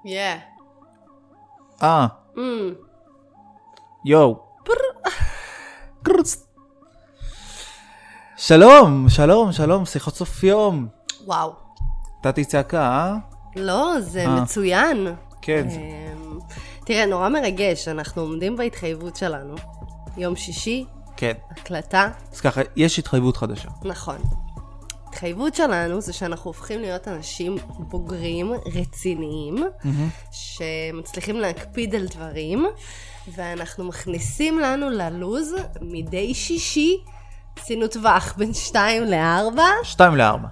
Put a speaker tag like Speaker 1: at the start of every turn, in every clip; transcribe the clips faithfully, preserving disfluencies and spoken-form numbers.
Speaker 1: Yeah.
Speaker 2: אה.
Speaker 1: Mm.
Speaker 2: יואו. שלום, שלום, שלום, שיחות סוף יום.
Speaker 1: וואו.
Speaker 2: נתתי צעקה, אה?
Speaker 1: לא, זה
Speaker 2: אה.
Speaker 1: מצוין.
Speaker 2: כן.
Speaker 1: אמ, תראה, נורא מרגש, אנחנו עומדים בהתחייבות שלנו. יום שישי,
Speaker 2: כן.
Speaker 1: הקלטה.
Speaker 2: אז ככה, יש התחייבות חדשה.
Speaker 1: נכון. התחייבות שלנו זה שאנחנו הופכים להיות אנשים בוגרים, רציניים, שמצליחים להקפיד על דברים, ואנחנו מכניסים לנו ללוז מדי שישי, עשינו טווח בין שתיים לארבע.
Speaker 2: שתיים לארבע.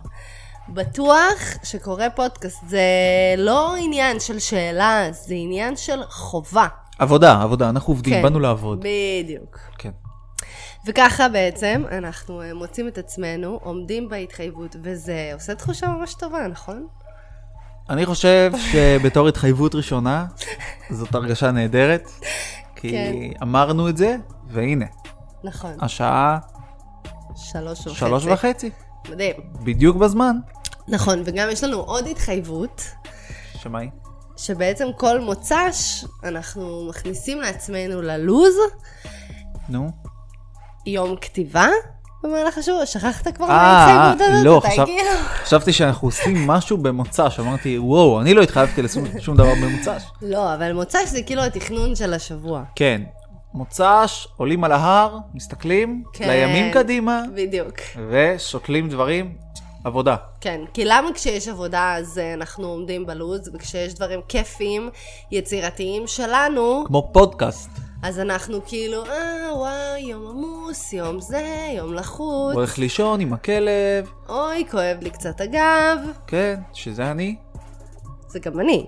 Speaker 1: בטוח שקורא פודקאסט זה לא עניין של שאלה, זה עניין של חובה.
Speaker 2: עבודה, עבודה, אנחנו עובדים,
Speaker 1: כן,
Speaker 2: באנו לעבוד.
Speaker 1: בדיוק.
Speaker 2: כן.
Speaker 1: וככה בעצם אנחנו מוצאים את עצמנו, עומדים בהתחייבות, וזה עושה תחושה ממש טובה, נכון?
Speaker 2: אני חושב שבתור התחייבות ראשונה, זאת הרגשה נהדרת, כי
Speaker 1: כן.
Speaker 2: אמרנו את זה, והנה,
Speaker 1: נכון.
Speaker 2: השעה
Speaker 1: שלוש וחצי.
Speaker 2: שלוש וחצי,
Speaker 1: מדהים.
Speaker 2: בדיוק בזמן.
Speaker 1: נכון, וגם יש לנו עוד התחייבות,
Speaker 2: שמעי?
Speaker 1: שבעצם כל מוצ"ש אנחנו מכניסים לעצמנו ללוז,
Speaker 2: נו.
Speaker 1: יום כתיבה במהלך השבוע. שכחת כבר
Speaker 2: אה,
Speaker 1: מההתחייבות הזאת?
Speaker 2: לא,
Speaker 1: אתה
Speaker 2: חשב-
Speaker 1: כאילו-
Speaker 2: חשבתי שאנחנו עושים משהו במוצ"ש, אמרתי, וואו, אני לא התחייבתי לשום שום דבר במוצ"ש.
Speaker 1: לא, אבל מוצ"ש זה כאילו התכנון של השבוע.
Speaker 2: כן, מוצ"ש, עולים על ההר, מסתכלים,
Speaker 1: כן.
Speaker 2: לימים קדימה,
Speaker 1: בדיוק.
Speaker 2: ושוקלים דברים, עבודה.
Speaker 1: כן, כי למה כשיש עבודה אז אה, אנחנו עומדים בלוז, וכשיש דברים כיפיים, יצירתיים שלנו,
Speaker 2: כמו פודקאסט,
Speaker 1: אז אנחנו כאילו, אה, וואי, יום עמוס, יום זה, יום לחוץ,
Speaker 2: הולך לישון עם הכלב,
Speaker 1: אוי, כואב לי קצת הגב,
Speaker 2: כן, שזה אני.
Speaker 1: זה גם אני.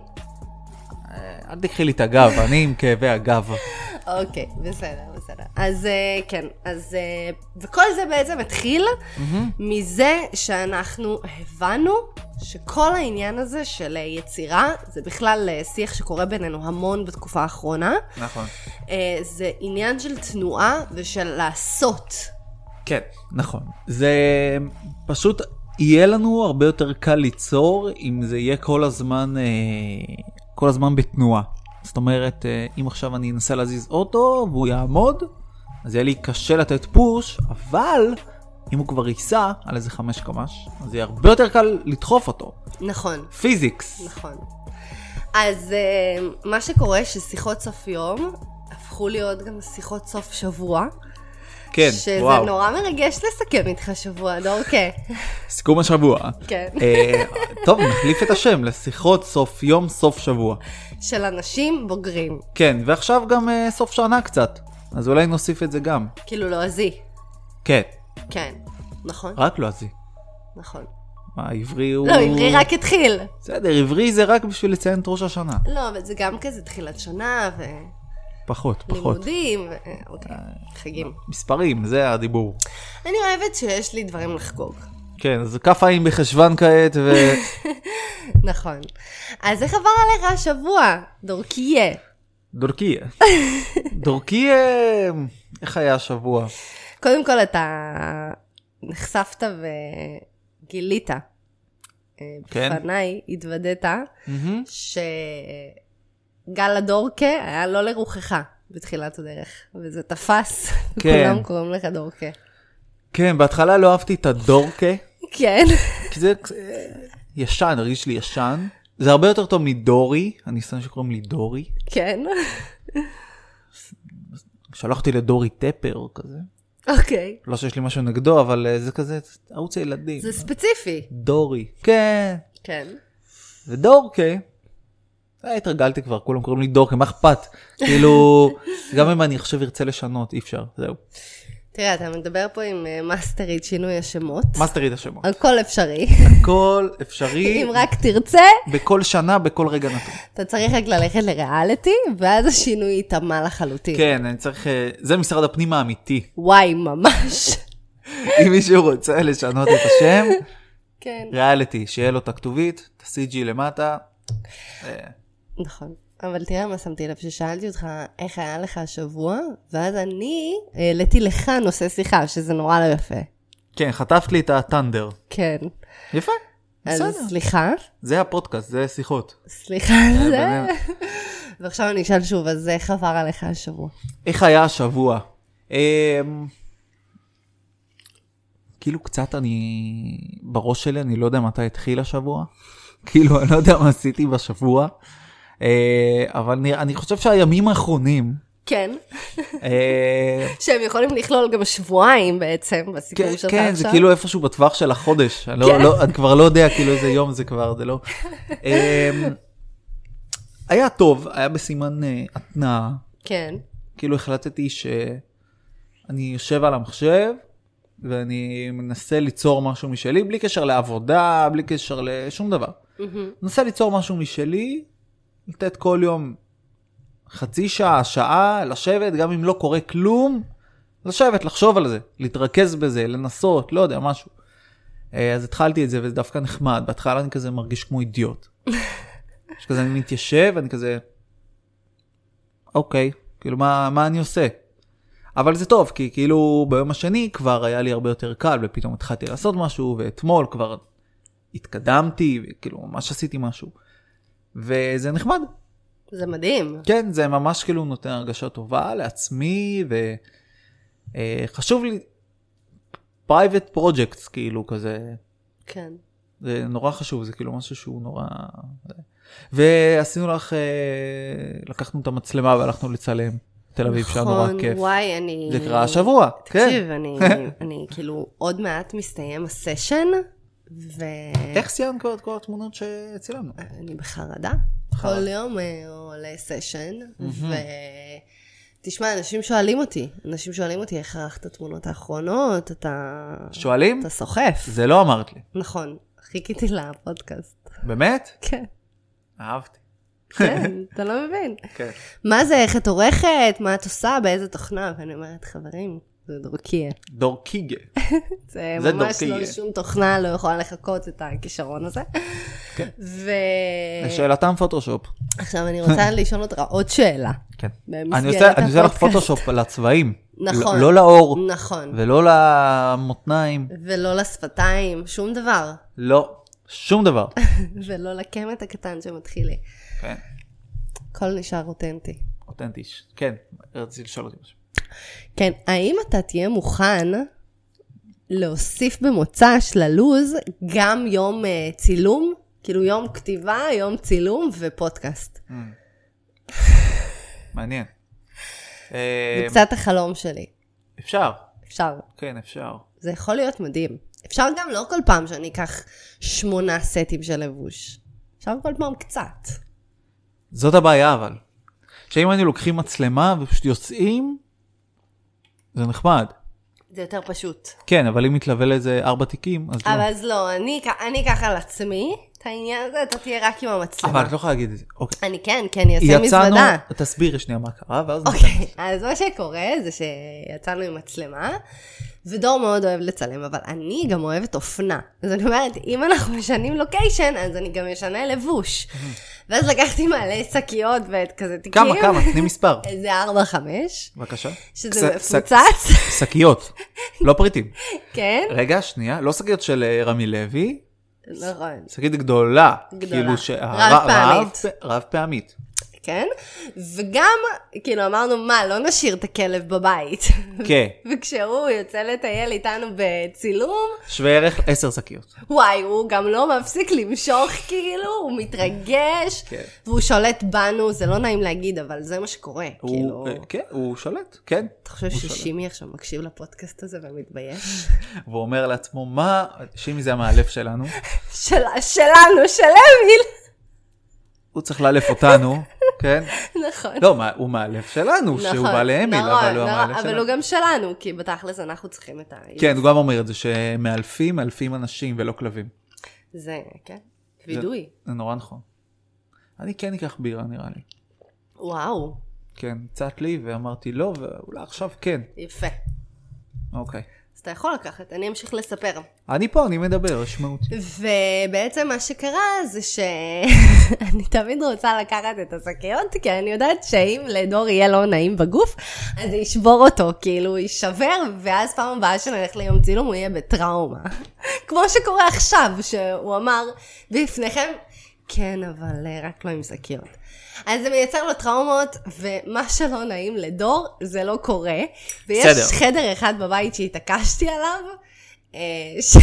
Speaker 2: אל תקחי לי את הגב, אני עם כאבי הגב.
Speaker 1: אוקיי, בסדר, בסדר. אז אה, כן, אז, אה, וכל זה בעצם התחיל מזה שאנחנו הבנו שכל העניין הזה של אה, יצירה, זה בכלל אה, שיח שקורה בינינו המון בתקופה האחרונה,
Speaker 2: נכון.
Speaker 1: אה, זה עניין של תנועה ושל לעשות.
Speaker 2: כן, נכון. זה פשוט יהיה לנו הרבה יותר קל ליצור אם זה יהיה כל הזמן, אה, כל הזמן בתנועה. זאת אומרת, אה, אם עכשיו אני אנסה להזיז אוטו והוא יעמוד, אז יהיה לי קשה לתת פוש, אבל אם הוא כבר ייסע על איזה חמש קמ"ש, אז יהיה הרבה יותר קל לדחוף אותו.
Speaker 1: נכון,
Speaker 2: פיזיקס.
Speaker 1: נכון. אז אה, מה שקורה ששיחות סוף יום הפכו להיות גם שיחות סוף שבוע.
Speaker 2: כן,
Speaker 1: שזה
Speaker 2: וואו.
Speaker 1: נורא מרגש לסכם איתך שבוע, דורקה.
Speaker 2: סיכום השבוע.
Speaker 1: כן.
Speaker 2: אה, טוב, נחליף את השם לשיחות סוף יום, סוף שבוע.
Speaker 1: של אנשים בוגרים.
Speaker 2: כן, ועכשיו גם אה, סוף שנה קצת. אז אולי נוסיף את זה גם.
Speaker 1: כאילו לועזי.
Speaker 2: כן,
Speaker 1: כן. נכון?
Speaker 2: רק לא עזי.
Speaker 1: נכון.
Speaker 2: מה, עברי הוא...
Speaker 1: לא, עברי רק התחיל.
Speaker 2: בסדר, עברי זה רק בשביל לציין את ראש השנה.
Speaker 1: לא, אבל זה גם כזה תחילת שנה
Speaker 2: פחות, פחות.
Speaker 1: ולימודים. ו... אוקיי, חגים.
Speaker 2: מספרים, זה הדיבור.
Speaker 1: אני אוהבת שיש לי דברים לחגוג.
Speaker 2: כן, אז כף עין בחשבן כעת ו...
Speaker 1: נכון. אז איך עבר עליך השבוע, דורקיה?
Speaker 2: דורקיה. דורקיה, איך היה השבוע?
Speaker 1: קודם כל אתה נחשפת וגילית,
Speaker 2: כן.
Speaker 1: בפניי התוודית,
Speaker 2: מהמם.
Speaker 1: שגל הדורקה היה לא לרוחך בתחילת הדרך, וזה תפס,
Speaker 2: כן.
Speaker 1: כולם קוראים לך דורקה.
Speaker 2: כן, בהתחלה לא אהבתי את הדורקה,
Speaker 1: כן.
Speaker 2: כי זה אה, ישן, הרגיש לי ישן. זה הרבה יותר טוב מדורי, אני סתם שקוראים לי דורי.
Speaker 1: כן.
Speaker 2: שלחתי לדורי טפר כזה.
Speaker 1: אוקיי.
Speaker 2: לא שיש לי משהו נגדו, אבל אה, זה כזה ערוץ הילדים.
Speaker 1: זה ספציפי.
Speaker 2: דורי. כן.
Speaker 1: כן.
Speaker 2: ודורקה, אה, התרגלתי כבר, כולם קוראים לי דורקה, מה אכפת? כאילו, גם אם אני עכשיו ארצה לשנות, אי אפשר, זהו.
Speaker 1: תראה, אתה מדבר פה עם אה, מאסטרית שינוי השמות.
Speaker 2: מאסטרית השמות.
Speaker 1: הכל אפשרי.
Speaker 2: הכל אפשרי,
Speaker 1: אם רק תרצה,
Speaker 2: בכל שנה, בכל רגע נתון.
Speaker 1: אתה צריך רק ללכת לריאליטי, ואז השינוי יתאמה לחלוטין.
Speaker 2: כן, אני צריך, אה, זה משרד הפנים האמיתי.
Speaker 1: וואי, ממש.
Speaker 2: אם מישהו רוצה לשנות את השם,
Speaker 1: כן.
Speaker 2: ריאליטי, שיהיה לו את הכתובית, את ה-סי ג'י למטה. אה,
Speaker 1: נכון. אבל תראה מה שמתי לב, ששאלתי אותך איך היה לך השבוע, ואז אני העליתי לך נושא שיחה, שזה נורא לא יפה.
Speaker 2: כן, חטפת לי את הטנדר.
Speaker 1: כן.
Speaker 2: יפה.
Speaker 1: אז
Speaker 2: בסדר.
Speaker 1: סליחה.
Speaker 2: זה הפודקאסט, זה שיחות.
Speaker 1: סליחה על זה.
Speaker 2: באמת.
Speaker 1: ועכשיו אני אשאל שוב, אז איך עבר עליך השבוע?
Speaker 2: איך היה השבוע? אמ, כאילו קצת אני, בראש שלי אני לא יודע מתי התחיל השבוע. כאילו אני לא יודע מה עשיתי בשבוע. אה, אבל אני, אני חושב שהימים האחרונים,
Speaker 1: כן.
Speaker 2: אה,
Speaker 1: שהם יכולים לכלול גם שבועיים בעצם, בסיפור
Speaker 2: כן,
Speaker 1: שלך
Speaker 2: כן,
Speaker 1: עכשיו.
Speaker 2: זה כאילו איפשהו בטווח של החודש. אני, לא,
Speaker 1: כן.
Speaker 2: לא, אני כבר לא יודע כאילו איזה יום זה כבר, זה לא. אה, היה טוב, היה בסימן אה, התנאה.
Speaker 1: כן.
Speaker 2: כאילו החלטתי שאני יושב על המחשב, ואני מנסה ליצור משהו משלי, בלי קשר לעבודה, בלי קשר לשום דבר. מנסה ליצור משהו משלי, לתת כל יום חצי שעה, שעה, לשבת, גם אם לא קורה כלום, לשבת, לחשוב על זה, להתרכז בזה, לנסות, לא יודע, משהו. אז התחלתי את זה, וזה דווקא נחמד. בהתחלה אני כזה מרגיש כמו אידיוט. שכזה אני מתיישב, אני כזה, אוקיי, כאילו מה, מה אני עושה? אבל זה טוב, כי כאילו ביום השני כבר היה לי הרבה יותר קל, ופתאום התחלתי לעשות משהו, ואתמול כבר התקדמתי, וכאילו ממש עשיתי משהו. וזה נחמד.
Speaker 1: זה מדהים.
Speaker 2: כן, זה ממש כאילו נותן הרגשה טובה לעצמי, וחשוב לי, private projects כאילו כזה,
Speaker 1: כן.
Speaker 2: זה נורא חשוב, זה כאילו משהו שהוא נורא... ועשינו לך, לקחנו את המצלמה והלכנו לצלם תל אביב, שהיה נורא כיף.
Speaker 1: נכון, וואי, אני...
Speaker 2: זה קרה השבוע, כן.
Speaker 1: תקשיב, אני, אני כאילו עוד מעט מסתיים הסשן, ו...
Speaker 2: איך סיימת כבר את כל התמונות שצילמנו?
Speaker 1: אני בחרדה. כל יום עולה סשן, ותשמע, אנשים שואלים אותי, אנשים שואלים אותי איך ערכת את התמונות האחרונות, אתה...
Speaker 2: שואלים?
Speaker 1: אתה סוחף.
Speaker 2: זה לא אמרת לי.
Speaker 1: נכון, חיכיתי לפודקאסט.
Speaker 2: באמת?
Speaker 1: כן.
Speaker 2: אהבתי.
Speaker 1: כן, אתה לא מבין.
Speaker 2: כן.
Speaker 1: מה זה, איך את עורכת, מה את עושה, באיזה תוכנה, ואני אומרת, חברים, זה דורקיה.
Speaker 2: דורקיגה.
Speaker 1: זה
Speaker 2: זה
Speaker 1: ממש
Speaker 2: דורקיה.
Speaker 1: לא שום תוכנה, לא יכולה לחכות את הכישרון הזה.
Speaker 2: כן.
Speaker 1: ו...
Speaker 2: לשאלתם פוטושופ.
Speaker 1: עכשיו אני רוצה לשאול אותך עוד שאלה.
Speaker 2: כן.
Speaker 1: במסגרת
Speaker 2: אני עושה, אני עושה לך
Speaker 1: הפודקאסט.
Speaker 2: פוטושופ לצבעים.
Speaker 1: נכון.
Speaker 2: לא, לא לאור.
Speaker 1: נכון.
Speaker 2: ולא למותניים.
Speaker 1: ולא לשפתיים, שום דבר.
Speaker 2: לא. שום דבר.
Speaker 1: ולא לקמת הקטן שמתחיל לי.
Speaker 2: כן.
Speaker 1: הכל נשאר אותנטי.
Speaker 2: אותנטיש. כן. רציתי לשאול אותי משהו.
Speaker 1: כן, האם אתה תהיה מוכן להוסיף במוצ"ש ללוז גם יום uh, צילום? כאילו יום כתיבה, יום צילום ופודקאסט.
Speaker 2: מעניין.
Speaker 1: זה קצת החלום שלי.
Speaker 2: אפשר.
Speaker 1: אפשר.
Speaker 2: כן, אפשר.
Speaker 1: זה יכול להיות מדהים. אפשר גם לא כל פעם שאני אקח שמונה סטים של לבוש. אפשר כל פעם קצת.
Speaker 2: זאת הבעיה אבל. שאם אני לוקחים מצלמה ופשוט יוצאים, זה נחמד.
Speaker 1: זה יותר פשוט.
Speaker 2: כן, אבל אם מתלווה לזה ארבע תיקים, אז לא.
Speaker 1: אבל אז לא, אני, אני אקח על עצמי את העניין הזה, אתה תהיה רק עם המצלמה.
Speaker 2: אבל את לא יכולה להגיד את זה. אוקיי.
Speaker 1: אני כן, כן, אני אעשה מזוודה.
Speaker 2: תסבירי שנייה מה קרה, ואז
Speaker 1: אוקיי, אז מה שקורה זה שיצאנו עם מצלמה, ודור מאוד אוהב לצלם, אבל אני גם אוהבת אופנה. אז אני אומרת, אם אנחנו משנים לוקיישן, אז אני גם משנה לבוש. ואז לקחתי מעלה שקיות ואת כזה תיקים.
Speaker 2: כמה, כמה? תני מספר.
Speaker 1: איזה ארבע, חמש.
Speaker 2: בבקשה.
Speaker 1: שזה
Speaker 2: ס-
Speaker 1: מפוצץ.
Speaker 2: שקיות, לא פריטים.
Speaker 1: כן?
Speaker 2: רגע, שנייה, לא שקיות של אה, רמי לוי,
Speaker 1: נכון.
Speaker 2: שקית גדולה.
Speaker 1: גדולה.
Speaker 2: כאילו ש-
Speaker 1: רב פעמית.
Speaker 2: רב- רב פעמית.
Speaker 1: כן? וגם, כאילו אמרנו, מה, לא נשאיר את הכלב בבית.
Speaker 2: כן.
Speaker 1: וכשהוא יוצא לטייל איתנו בצילום,
Speaker 2: שווה ערך עשר שקיות.
Speaker 1: וואי, הוא גם לא מפסיק למשוך כאילו, הוא מתרגש,
Speaker 2: כן.
Speaker 1: והוא שולט בנו, זה לא נעים להגיד, אבל זה מה שקורה, כאילו.
Speaker 2: הוא, אה, כן, הוא שולט, כן.
Speaker 1: אתה חושב ששימי עכשיו מקשיב לפודקאסט הזה ומתבייש?
Speaker 2: והוא אומר לעצמו, מה, שימי זה המאלף שלנו,
Speaker 1: של, שלנו, של אמיל.
Speaker 2: הוא צריך לאלף אותנו, כן?
Speaker 1: נכון.
Speaker 2: לא, מה- הוא מאלף שלנו,
Speaker 1: נכון,
Speaker 2: שהוא בא לאמיל,
Speaker 1: נכון,
Speaker 2: אבל הוא
Speaker 1: נכון,
Speaker 2: המאלף
Speaker 1: אבל
Speaker 2: שלנו.
Speaker 1: הוא גם שלנו, כי בתכלס אנחנו צריכים את ה...
Speaker 2: כן, הוא גם אומר את זה, שמאלפים, מאלפים אנשים ולא כלבים.
Speaker 1: זה, כן, וידוי.
Speaker 2: זה נורא נכון. אני כן אקח בירה, נראה לי.
Speaker 1: וואו,
Speaker 2: כן, צעת לי, ואמרתי לא, ואולי עכשיו כן.
Speaker 1: יפה.
Speaker 2: אוקיי.
Speaker 1: אז אתה יכול לקחת, אני אמשיך לספר.
Speaker 2: אני פה, אני מדבר, משמעות.
Speaker 1: ובעצם מה שקרה זה שאני תמיד רוצה לקחת את השקיות, כי אני יודעת שאם לדור יהיה לא נעים בגוף, אז זה ישבור אותו, כאילו הוא יישבר, ואז פעם הבאה שנלך ליום צילום הוא יהיה בטראומה. כמו שקורה עכשיו, שהוא אמר בפניכם, כן, אבל רק לא עם שקיות. אז זה מייצר לו טראומות, ומה שלא נעים לדור, זה לא קורה. ויש סדר. חדר אחד בבית שהתעקשתי עליו, ש...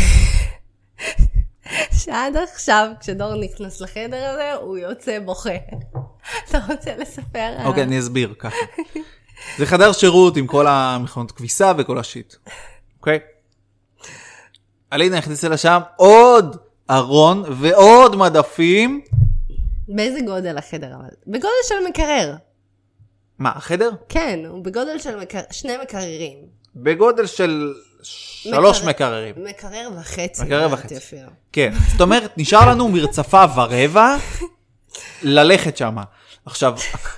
Speaker 1: שעד עכשיו, כשדור נכנס לחדר הזה, הוא יוצא בוכה. אתה רוצה לספר?
Speaker 2: אוקיי, אני אסביר ככה. זה חדר שירות עם כל המכונות כביסה וכל השיט. אוקיי? אלינה הכניסה לשם עוד ארון ועוד מדפים.
Speaker 1: באיזה גודל החדר אבל? בגודל של מקרר.
Speaker 2: מה, החדר?
Speaker 1: כן, הוא בגודל של מקר... שני מקררים.
Speaker 2: בגודל של שלוש מקררים.
Speaker 1: מקרר וחצי.
Speaker 2: מקרר וחצי. אפילו. כן, זאת אומרת, נשאר לנו מרצפה ורבע ללכת שם. עכשיו,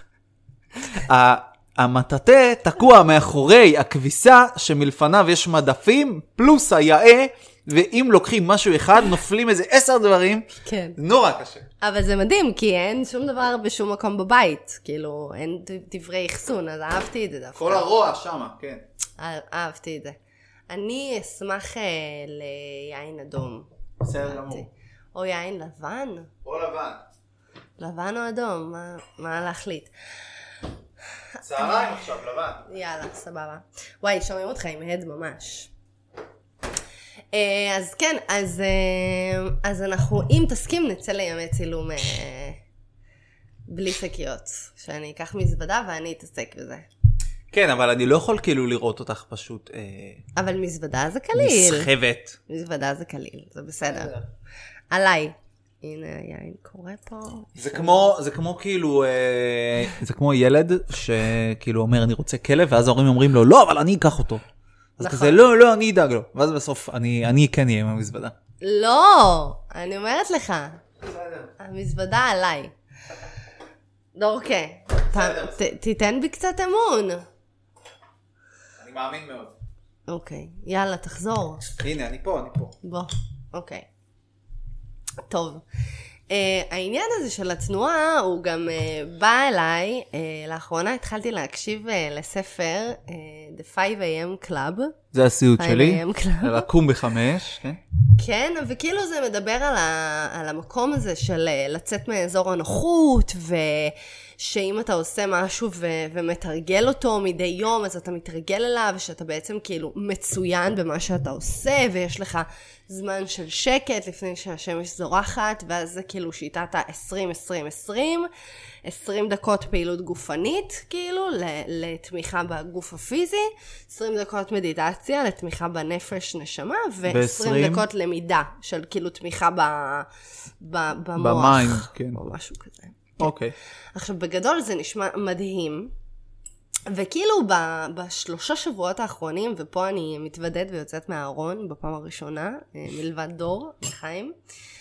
Speaker 2: המטאטה תקוע מאחורי הכביסה שמלפניו יש מדפים פלוס היאה, ואם לוקחים משהו אחד, נופלים איזה עשר דברים,
Speaker 1: כן.
Speaker 2: נורא קשה.
Speaker 1: אבל זה מדהים, כי אין שום דבר בשום מקום בבית, כאילו, אין דברי אחסון, אז אהבתי את זה דווקא.
Speaker 2: כל הרוע שמה, כן.
Speaker 1: אהבתי את זה. אני אשמח ליין אדום.
Speaker 2: בסדר גמור.
Speaker 1: או יין לבן.
Speaker 2: או לבן.
Speaker 1: לבן או אדום, מה, מה להחליט?
Speaker 2: צהריים עכשיו, לבן.
Speaker 1: יאללה, סבבה. וואי, שומעים אותך עם הד ממש. אז כן, אז, אז אנחנו, אם תסכים, נצא לימי צילום בלי שקיות. שאני אקח מזוודה ואני אתעסק בזה.
Speaker 2: כן, אבל אני לא יכול כאילו לראות אותך פשוט...
Speaker 1: אבל מזוודה זה קליל.
Speaker 2: נסחבת.
Speaker 1: מזוודה זה קליל, זה בסדר. עליי. הנה, יין קורה פה.
Speaker 2: זה כמו, זה כמו כאילו, זה כמו ילד שכאילו אומר, אני רוצה כלב, ואז ההורים אומרים לו, לא, אבל אני אקח אותו. אז כזה, לא, לא, אני אדאג לו. ואז בסוף, אני, אני כן אהיה עם המזוודה.
Speaker 1: לא, אני אומרת לך. המזוודה עליי. דורקה, תיתן בי קצת אמון.
Speaker 2: אני מאמין מאוד.
Speaker 1: אוקיי, יאללה, תחזור.
Speaker 2: הנה, אני פה, אני פה.
Speaker 1: בוא, אוקיי. טוב. Uh, העניין הזה של התנועה הוא גם uh, בא אליי, uh, לאחרונה התחלתי להקשיב uh, לספר uh, The five A M Club.
Speaker 2: זה הסיוט שלי, לקום בחמש, כן?
Speaker 1: כן, וכאילו זה מדבר על, ה, על המקום הזה של uh, לצאת מאזור הנוחות, ושאם אתה עושה משהו ו, ומתרגל אותו מדי יום, אז אתה מתרגל אליו, שאתה בעצם כאילו מצוין במה שאתה עושה, ויש לך זמן של שקט לפני שהשמש זורחת, ואז זה כאילו שיטת ה-עשרים עשרים עשרים, עשרים דקות פעילות גופנית, כאילו, לתמיכה בגוף הפיזי, עשרים דקות מדיטציה, לתמיכה בנפש נשמה, ו-עשרים דקות למידה, של כאילו תמיכה ב, ב, במוח.
Speaker 2: במיינד, כן.
Speaker 1: או משהו כזה.
Speaker 2: אוקיי. Okay.
Speaker 1: עכשיו, בגדול זה נשמע מדהים, וכאילו בשלושה שבועות האחרונים, ופה אני מתוודד ויוצאת מהארון בפעם הראשונה, מלבד דור, לחיים.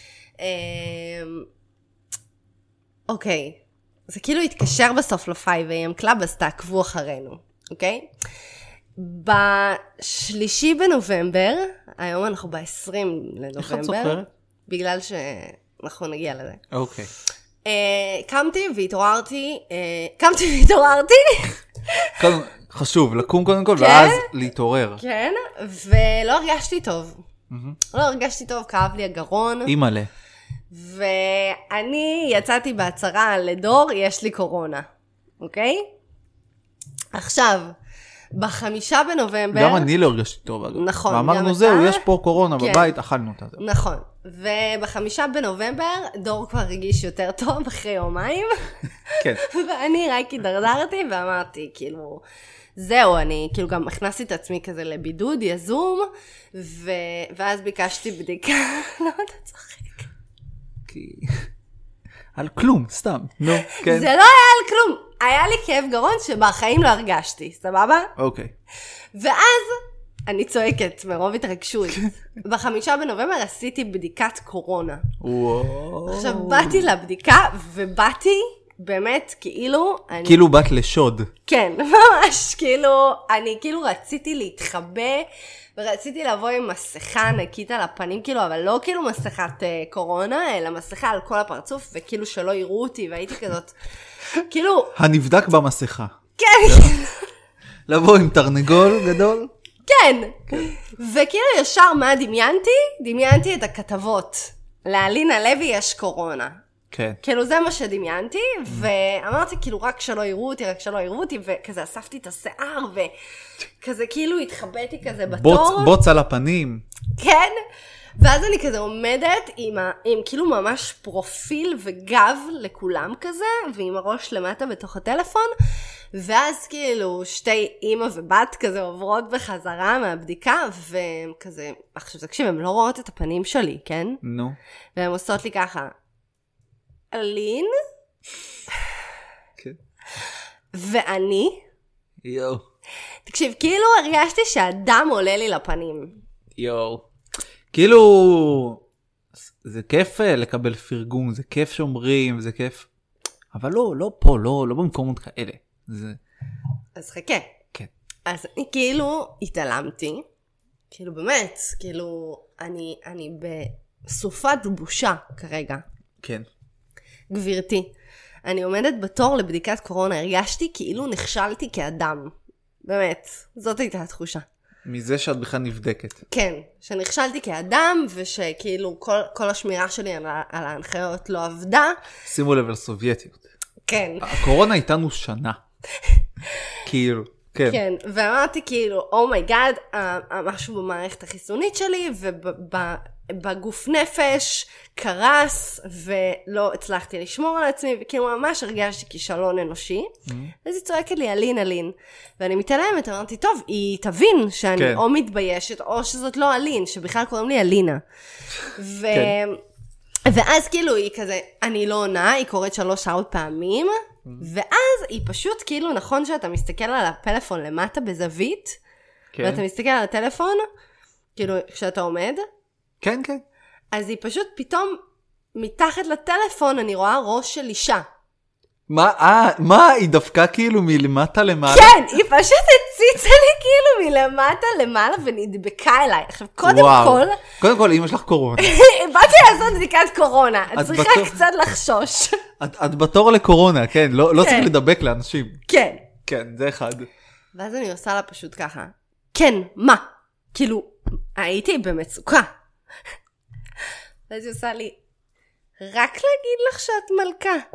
Speaker 1: אוקיי, זה כאילו התקשר בסוף ל-five A M Club, אז תעקבו אחרינו, אוקיי? בשלישי בנובמבר, היום אנחנו ב-עשרים לנובמבר. איך את זוכרת? בגלל שאנחנו נגיע לזה.
Speaker 2: אוקיי.
Speaker 1: קמתי והתעוררתי, קמתי והתעוררתי.
Speaker 2: חשוב, לקום קודם כל, ואז להתעורר.
Speaker 1: כן, ולא הרגשתי טוב. לא הרגשתי טוב, כאב לי הגרון.
Speaker 2: אימאלה.
Speaker 1: ואני יצאתי בהצהרה לדור, יש לי קורונה. אוקיי? עכשיו, בחמישה בנובמבר...
Speaker 2: גם אני לא הרגשתי טוב.
Speaker 1: נכון.
Speaker 2: ואמרנו זהו, יש פה קורונה בבית, אכלנו אותה.
Speaker 1: נכון. ובחמישה בנובמבר, דור כבר הרגיש יותר טוב אחרי יומיים.
Speaker 2: כן.
Speaker 1: ואני רק הדרדרתי ואמרתי, כאילו, זהו, אני כאילו גם הכנסתי את עצמי כזה לבידוד, יזום, ו... ואז ביקשתי בדיקה. לא, אתה צוחק.
Speaker 2: כי... על כלום, סתם. נו, כן.
Speaker 1: זה לא היה על כלום. היה לי כאב גרון שבחיים לא הרגשתי, סבבה?
Speaker 2: אוקיי.
Speaker 1: ואז אני צועקת מרוב התרגשות. בחמישה בנובמבר עשיתי בדיקת קורונה.
Speaker 2: וואו.
Speaker 1: עכשיו באתי לבדיקה ובאתי באמת, כאילו... אני...
Speaker 2: כאילו באת לשוד.
Speaker 1: כן, ממש, כאילו, אני כאילו רציתי להתחבא, ורציתי לבוא עם מסכה ענקית על הפנים, כאילו, אבל לא כאילו מסכת uh, קורונה, אלא מסכה על כל הפרצוף, וכאילו שלא יראו אותי, והייתי כזאת, כאילו...
Speaker 2: הנבדק במסכה.
Speaker 1: כן.
Speaker 2: לבוא עם תרנגול גדול.
Speaker 1: כן. וכאילו ישר מה דמיינתי? דמיינתי את הכתבות. לאלינה לוי יש קורונה.
Speaker 2: כן.
Speaker 1: כאילו זה מה שדמיינתי, ואמרתי כאילו רק שלא יראו אותי, רק שלא יראו אותי, וכזה אספתי את השיער, וכזה כאילו התחבאתי כזה בתור.
Speaker 2: בוץ, בוץ על הפנים.
Speaker 1: כן, ואז אני כזה עומדת עם, ה, עם כאילו ממש פרופיל וגב לכולם כזה, ועם הראש למטה בתוך הטלפון, ואז כאילו שתי אמא ובת כזה עוברות בחזרה מהבדיקה, וכזה, עכשיו תקשיב, הן לא רואות את הפנים שלי, כן?
Speaker 2: נו.
Speaker 1: והן עושות לי ככה, אלין?
Speaker 2: כן.
Speaker 1: ואני?
Speaker 2: יואו.
Speaker 1: תקשיב, כאילו הרגשתי שהדם עולה לי לפנים.
Speaker 2: יואו. כאילו, זה כיף לקבל פרגון, זה כיף שומרים, זה כיף. אבל לא, לא פה, לא, לא במקומות כאלה. זה...
Speaker 1: אז חכה.
Speaker 2: כן.
Speaker 1: אז אני כאילו התעלמתי, כאילו באמת, כאילו אני, אני בסופת בושה כרגע.
Speaker 2: כן.
Speaker 1: גבירתי, אני עומדת בתור לבדיקת קורונה, הרגשתי כאילו נכשלתי כאדם. באמת, זאת הייתה התחושה.
Speaker 2: מזה שאת בכלל נבדקת.
Speaker 1: כן, שנכשלתי כאדם, ושכאילו כל, כל השמירה שלי על, על ההנחיות לא עבדה.
Speaker 2: שימו לב לסובייטיות.
Speaker 1: כן.
Speaker 2: הקורונה איתנו שנה. כאילו, כן.
Speaker 1: כן, ואמרתי כאילו, אומייגאד, משהו במערכת החיסונית שלי, ובגוף נפש קרס, ולא הצלחתי לשמור על עצמי, וכאילו ממש הרגשתי כישלון אנושי. אז היא צועקת לי, אלין, אלין. ואני מתעלמת, אמרתי, טוב, היא תבין שאני או מתביישת, או שזאת לא אלין, שבכלל קוראים לי אלינה. ו... ואז כאילו היא כזה, אני לא עונה, היא קוראת שלוש שעות פעמים, ואז היא פשוט כאילו, נכון שאתה מסתכל על הפלאפון למטה בזווית, כן. ואתה מסתכל על הטלפון, כאילו כשאתה עומד,
Speaker 2: כן, כן.
Speaker 1: אז היא פשוט פתאום, מתחת לטלפון אני רואה ראש של אישה.
Speaker 2: מה, אה, מה, היא דווקא כאילו מלמטה למעלה?
Speaker 1: כן, היא פשוט הציצה לי כאילו מלמטה למעלה ונדבקה אליי. עכשיו, קודם
Speaker 2: וואו.
Speaker 1: כל...
Speaker 2: קודם כל, אמא שלך קורונה.
Speaker 1: באתי לעשות בדיקת קורונה, את צריכה
Speaker 2: בתור...
Speaker 1: קצת לחשוש.
Speaker 2: את, את בתור לקורונה, כן, לא, לא
Speaker 1: כן.
Speaker 2: צריך לדבק לאנשים.
Speaker 1: כן.
Speaker 2: כן, זה אחד.
Speaker 1: ואז אני עושה לה פשוט ככה, כן, מה? כאילו, הייתי במצוקה. ואז היא עושה לי, רק להגיד לך שאת מלכה.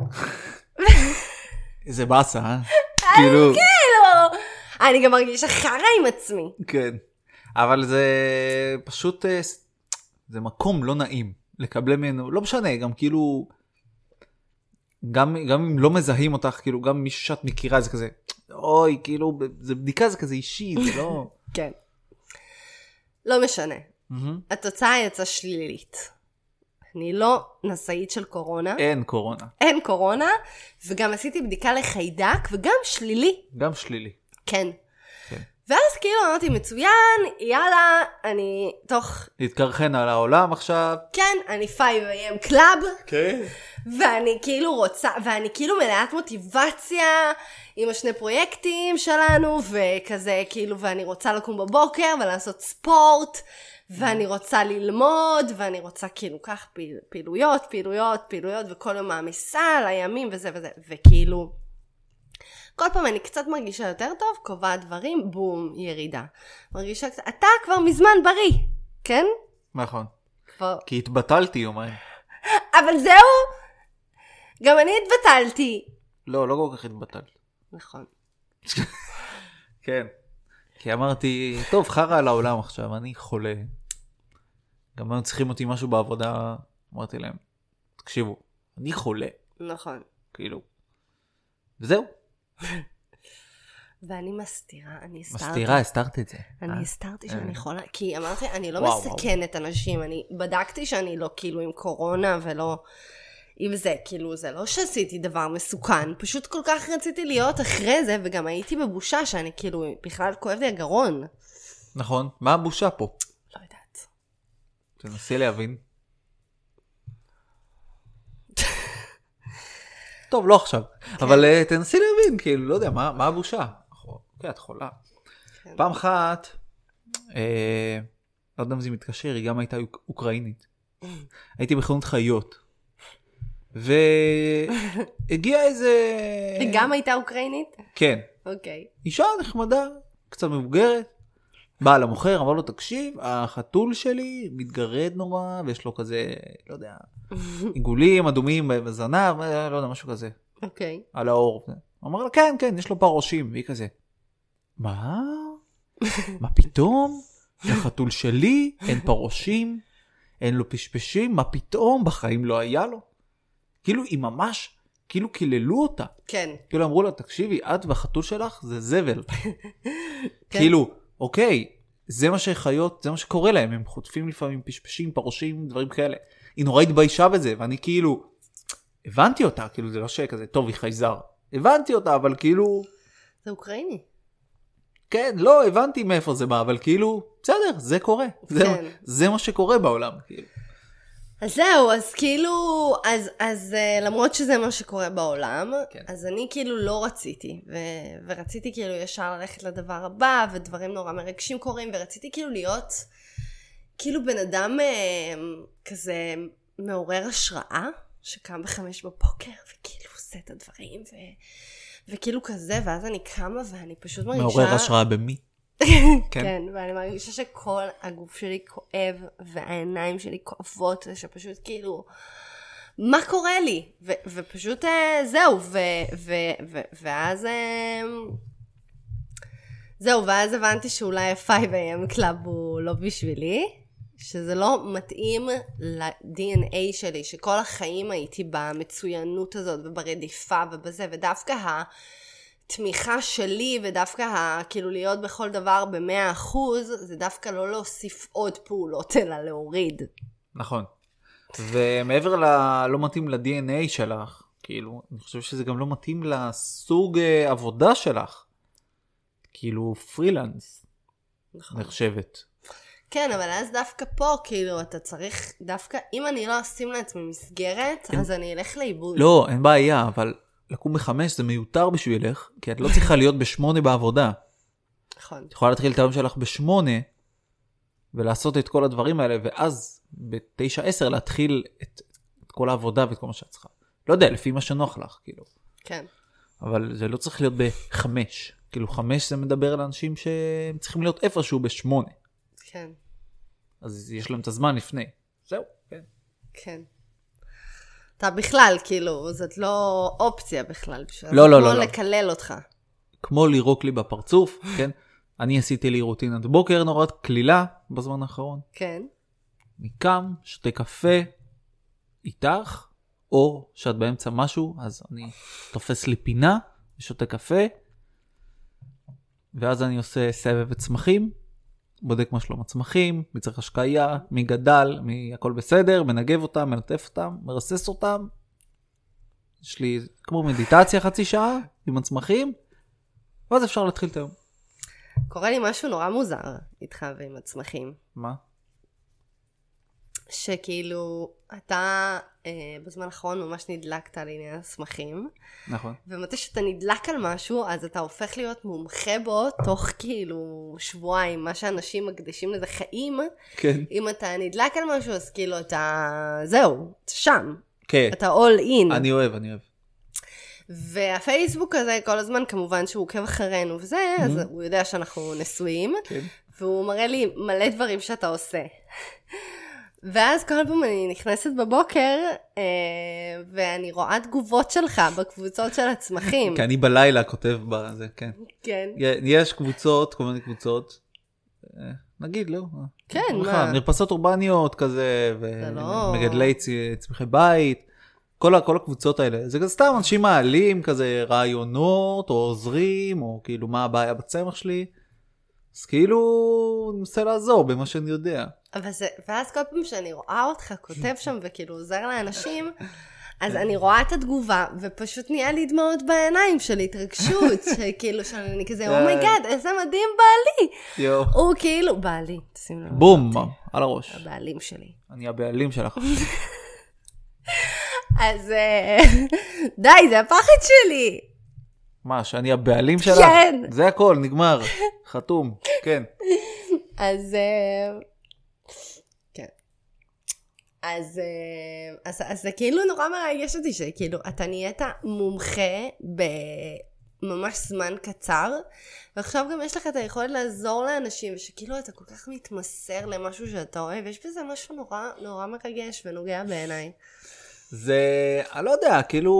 Speaker 2: זה באסה, אה? כאילו...
Speaker 1: כאילו, אני גם מרגישה חרה עם עצמי.
Speaker 2: כן, אבל זה פשוט, זה מקום לא נעים לקבל ממנו, לא משנה, גם כאילו, גם, גם אם לא מזהים אותך, כאילו, גם מישהו שאת מכירה, זה כזה, אוי, כאילו, זה בדיקה, זה כזה אישי, זה לא...
Speaker 1: כן. לא משנה. התוצאה יצאה שלילית. אני לא נשאית של קורונה.
Speaker 2: אין קורונה.
Speaker 1: אין קורונה, וגם עשיתי בדיקה לחיידק, וגם שלילי.
Speaker 2: גם שלילי.
Speaker 1: כן.
Speaker 2: כן.
Speaker 1: ואז כאילו אמרתי, מצוין, יאללה, אני תוך...
Speaker 2: להתקרחן על העולם עכשיו.
Speaker 1: כן, אני פייב איים קלאב.
Speaker 2: כן.
Speaker 1: ואני כאילו רוצה, ואני כאילו מלאת מוטיבציה עם השני פרויקטים שלנו, וכזה כאילו, ואני רוצה לקום בבוקר ולעשות ספורט, ואני רוצה ללמוד, ואני רוצה כאילו כך פעיל, פעילויות, פעילויות, פעילויות, וכל יום מעמיסה על הימים וזה וזה, וכאילו, כל פעם אני קצת מרגישה יותר טוב, קובעת דברים, בום, ירידה. מרגישה קצת, אתה כבר מזמן בריא, כן?
Speaker 2: נכון.
Speaker 1: כבר...
Speaker 2: כי התבטלתי יומיים.
Speaker 1: אבל זהו, גם אני התבטלתי. לא,
Speaker 2: לא כל כך התבטלתי.
Speaker 1: נכון.
Speaker 2: כן. כי אמרתי, טוב, חרה על העולם עכשיו, אני חולה. גם הם צריכים אותי משהו בעבודה, אמרתי להם, תקשיבו, אני חולה.
Speaker 1: נכון.
Speaker 2: כאילו. וזהו.
Speaker 1: ואני מסתירה, אני הסתרתי.
Speaker 2: מסתירה, הסתרת את זה.
Speaker 1: אני הסתרתי שאני חולה, כי אמרתי, אני לא
Speaker 2: וואו,
Speaker 1: מסכנת וואו. אנשים, אני בדקתי שאני לא כאילו עם קורונה ולא עם זה, כאילו זה לא שעשיתי דבר מסוכן, פשוט כל כך רציתי להיות אחרי זה, וגם הייתי בבושה שאני כאילו, בכלל כואב לי הגרון.
Speaker 2: נכון, מה הבושה פה?
Speaker 1: לא יודעת.
Speaker 2: תנסי להבין. טוב, לא עכשיו. אבל תנסי להבין, כאילו, לא יודע, מה הבושה? אוקיי, את חולה. פעם אחת, לא יודע אם זה מתקשר, היא גם הייתה אוקראינית. הייתי בחנות חיות. והגיע איזה...
Speaker 1: היא גם הייתה אוקראינית?
Speaker 2: כן.
Speaker 1: אוקיי. אישה
Speaker 2: נחמדה, קצת מבוגרת. באה למוכר, אמר לו, תקשיב, החתול שלי מתגרד נורא, ויש לו כזה, לא יודע, עיגולים אדומים בזנב, לא יודע, משהו כזה.
Speaker 1: אוקיי.
Speaker 2: על האור. הוא אמר לה, כן, כן, יש לו פרושים. והיא כזה, מה? מה פתאום? לחתול שלי אין פרושים, אין לו פשפשים, מה פתאום? בחיים לא היה לו. כאילו, היא ממש, כאילו קיללו אותה.
Speaker 1: כן.
Speaker 2: כאילו אמרו לה, תקשיבי, את והחתול שלך זה זבל. כאילו, אוקיי, זה מה שחיות, זה מה שקורה להם, הם חוטפים לפעמים פשפשים, פרושים, דברים כאלה. היא נורא התביישה בזה, ואני כאילו, הבנתי אותה, כאילו זה לא שכזה, טוב, היא חייזר. הבנתי אותה, אבל כאילו...
Speaker 1: זה אוקראיני.
Speaker 2: כן, לא, הבנתי מאיפה זה בא, אבל כאילו, בסדר, זה קורה. זה, כן. זה מה שקורה בעולם, כאילו.
Speaker 1: אז זהו, אז כאילו, אז, אז למרות שזה מה שקורה בעולם, כן. אז אני כאילו לא רציתי, ו, ורציתי כאילו ישר ללכת לדבר הבא, ודברים נורא מרגשים קורים, ורציתי כאילו להיות, כאילו בן אדם אה, כזה מעורר השראה, שקם בחמש בבוקר, וכאילו עושה את הדברים, ו, וכאילו כזה, ואז אני קמה ואני פשוט מרגישה...
Speaker 2: מעורר השראה במי?
Speaker 1: כן. כן, ואני מרגישה שכל הגוף שלי כואב, והעיניים שלי כואבות, ושפשוט כאילו, מה קורה לי? ו- ופשוט זהו, ו- ו- ו- ואז זהו, ואז הבנתי שאולי ה-פייב איי אם קלאב הוא לא בשבילי, שזה לא מתאים ל-די אן איי שלי, שכל החיים הייתי במצוינות הזאת, וברדיפה ובזה, ודווקא ה... תמיכה שלי ודווקא ה, כאילו להיות בכל דבר במאה אחוז, זה דווקא לא להוסיף עוד פעולות, אלא להוריד.
Speaker 2: נכון. ומעבר ל... לא מתאים ל-די אן איי שלך, כאילו, אני חושב שזה גם לא מתאים לסוג עבודה שלך. כאילו, פרילנס. נכון. נחשבת.
Speaker 1: כן, אבל אז דווקא פה, כאילו, אתה צריך, דווקא, אם אני לא אשים לעצמי מסגרת, אין... אז אני אלך לאיבוד.
Speaker 2: לא, אין בעיה, אבל... לקום בחמש זה מיותר בשבילך, כי את לא צריכה להיות בשמונה בעבודה.
Speaker 1: נכון.
Speaker 2: את יכולה להתחיל את היום שלך בשמונה, ולעשות את כל הדברים האלה, ואז בתשע עשר להתחיל את, את כל העבודה ואת כל מה שאת צריכה. לא יודע, לפי מה שנוח לך, כאילו.
Speaker 1: כן.
Speaker 2: אבל זה לא צריך להיות בחמש. כאילו חמש זה מדבר על אנשים שהם צריכים להיות איפשהו בשמונה.
Speaker 1: כן.
Speaker 2: אז יש להם את הזמן לפני. זהו, כן.
Speaker 1: כן. אתה בכלל, כאילו, זאת לא אופציה בכלל.
Speaker 2: לא, לא, לא.
Speaker 1: כמו לקלל אותך.
Speaker 2: כמו לירוק לי בפרצוף, כן? אני עשיתי לי רוטינת בוקר נורא כלילה בזמן האחרון.
Speaker 1: כן.
Speaker 2: אני קם, שותה קפה איתך, או שאת באמצע משהו, אז אני תופס לי פינה, ושותה קפה, ואז אני עושה סבב צמחים, בודק מה שלום הצמחים, מי צריך השקעיה, מי גדל, מי הכל בסדר, מנגב אותם, מלטף אותם, מרסס אותם. יש לי כמו מדיטציה חצי שעה עם הצמחים, ואז אפשר להתחיל את היום.
Speaker 1: קורה לי משהו נורא מוזר איתך ועם הצמחים.
Speaker 2: מה?
Speaker 1: שכאילו אתה אה, בזמן האחרון ממש נדלקת על עניין הצמחים.
Speaker 2: נכון.
Speaker 1: ומתי שאתה נדלק על משהו, אז אתה הופך להיות מומחה בו תוך כאילו שבועיים, מה שאנשים מקדישים לזה חיים.
Speaker 2: כן.
Speaker 1: אם אתה נדלק על משהו, אז כאילו אתה, זהו, אתה שם.
Speaker 2: כן.
Speaker 1: אתה all in.
Speaker 2: אני אוהב, אני אוהב.
Speaker 1: והפייסבוק הזה כל הזמן, כמובן שהוא עוקב אחרינו וזה, mm-hmm. אז הוא יודע שאנחנו נשואים. כן. והוא מראה לי מלא דברים שאתה עושה. ואז כל פעם אני נכנסת בבוקר, אה, ואני רואה תגובות שלך בקבוצות של הצמחים.
Speaker 2: כי אני בלילה כותב בזה, כן.
Speaker 1: כן.
Speaker 2: יש קבוצות, כל מיני קבוצות, אה, נגיד, לא?
Speaker 1: כן,
Speaker 2: מה?
Speaker 1: מה?
Speaker 2: מרפסות אורבניות כזה, ומגדלי צמחי בית, כל, כל הקבוצות האלה. זה סתם אנשים מעלים כזה רעיונות, או עוזרים, או כאילו מה הבעיה בצמח שלי. אז כאילו, אני מנסה לעזור במה שאני יודע.
Speaker 1: אבל זה, ואז כל פעם שאני רואה אותך כותב שם וכאילו עוזר לאנשים, אז אני רואה את התגובה, ופשוט נהיה לי דמעות בעיניים של התרגשות, שכאילו שאני כזה, אומייגאד, איזה מדהים בעלי.
Speaker 2: יו.
Speaker 1: הוא כאילו, בעלי, תשים לו.
Speaker 2: בום, על הראש.
Speaker 1: הבעלים שלי.
Speaker 2: אני הבעלים שלך.
Speaker 1: אז די, זה הפחד שלי.
Speaker 2: מה, שאני הבעלים שלך?
Speaker 1: כן.
Speaker 2: זה הכל, נגמר. חתום, כן.
Speaker 1: אז... כן. אז, אז, אז זה כאילו נורא מרגש אותי שכאילו אתה נהיית מומחה בממש זמן קצר, ועכשיו גם יש לך את היכולת לעזור לאנשים, ושכאילו אתה כל כך מתמסר למשהו שאתה אוהב, יש בזה משהו נורא, נורא מרגש ונוגע בעיניי.
Speaker 2: זה, אני לא יודע, כאילו...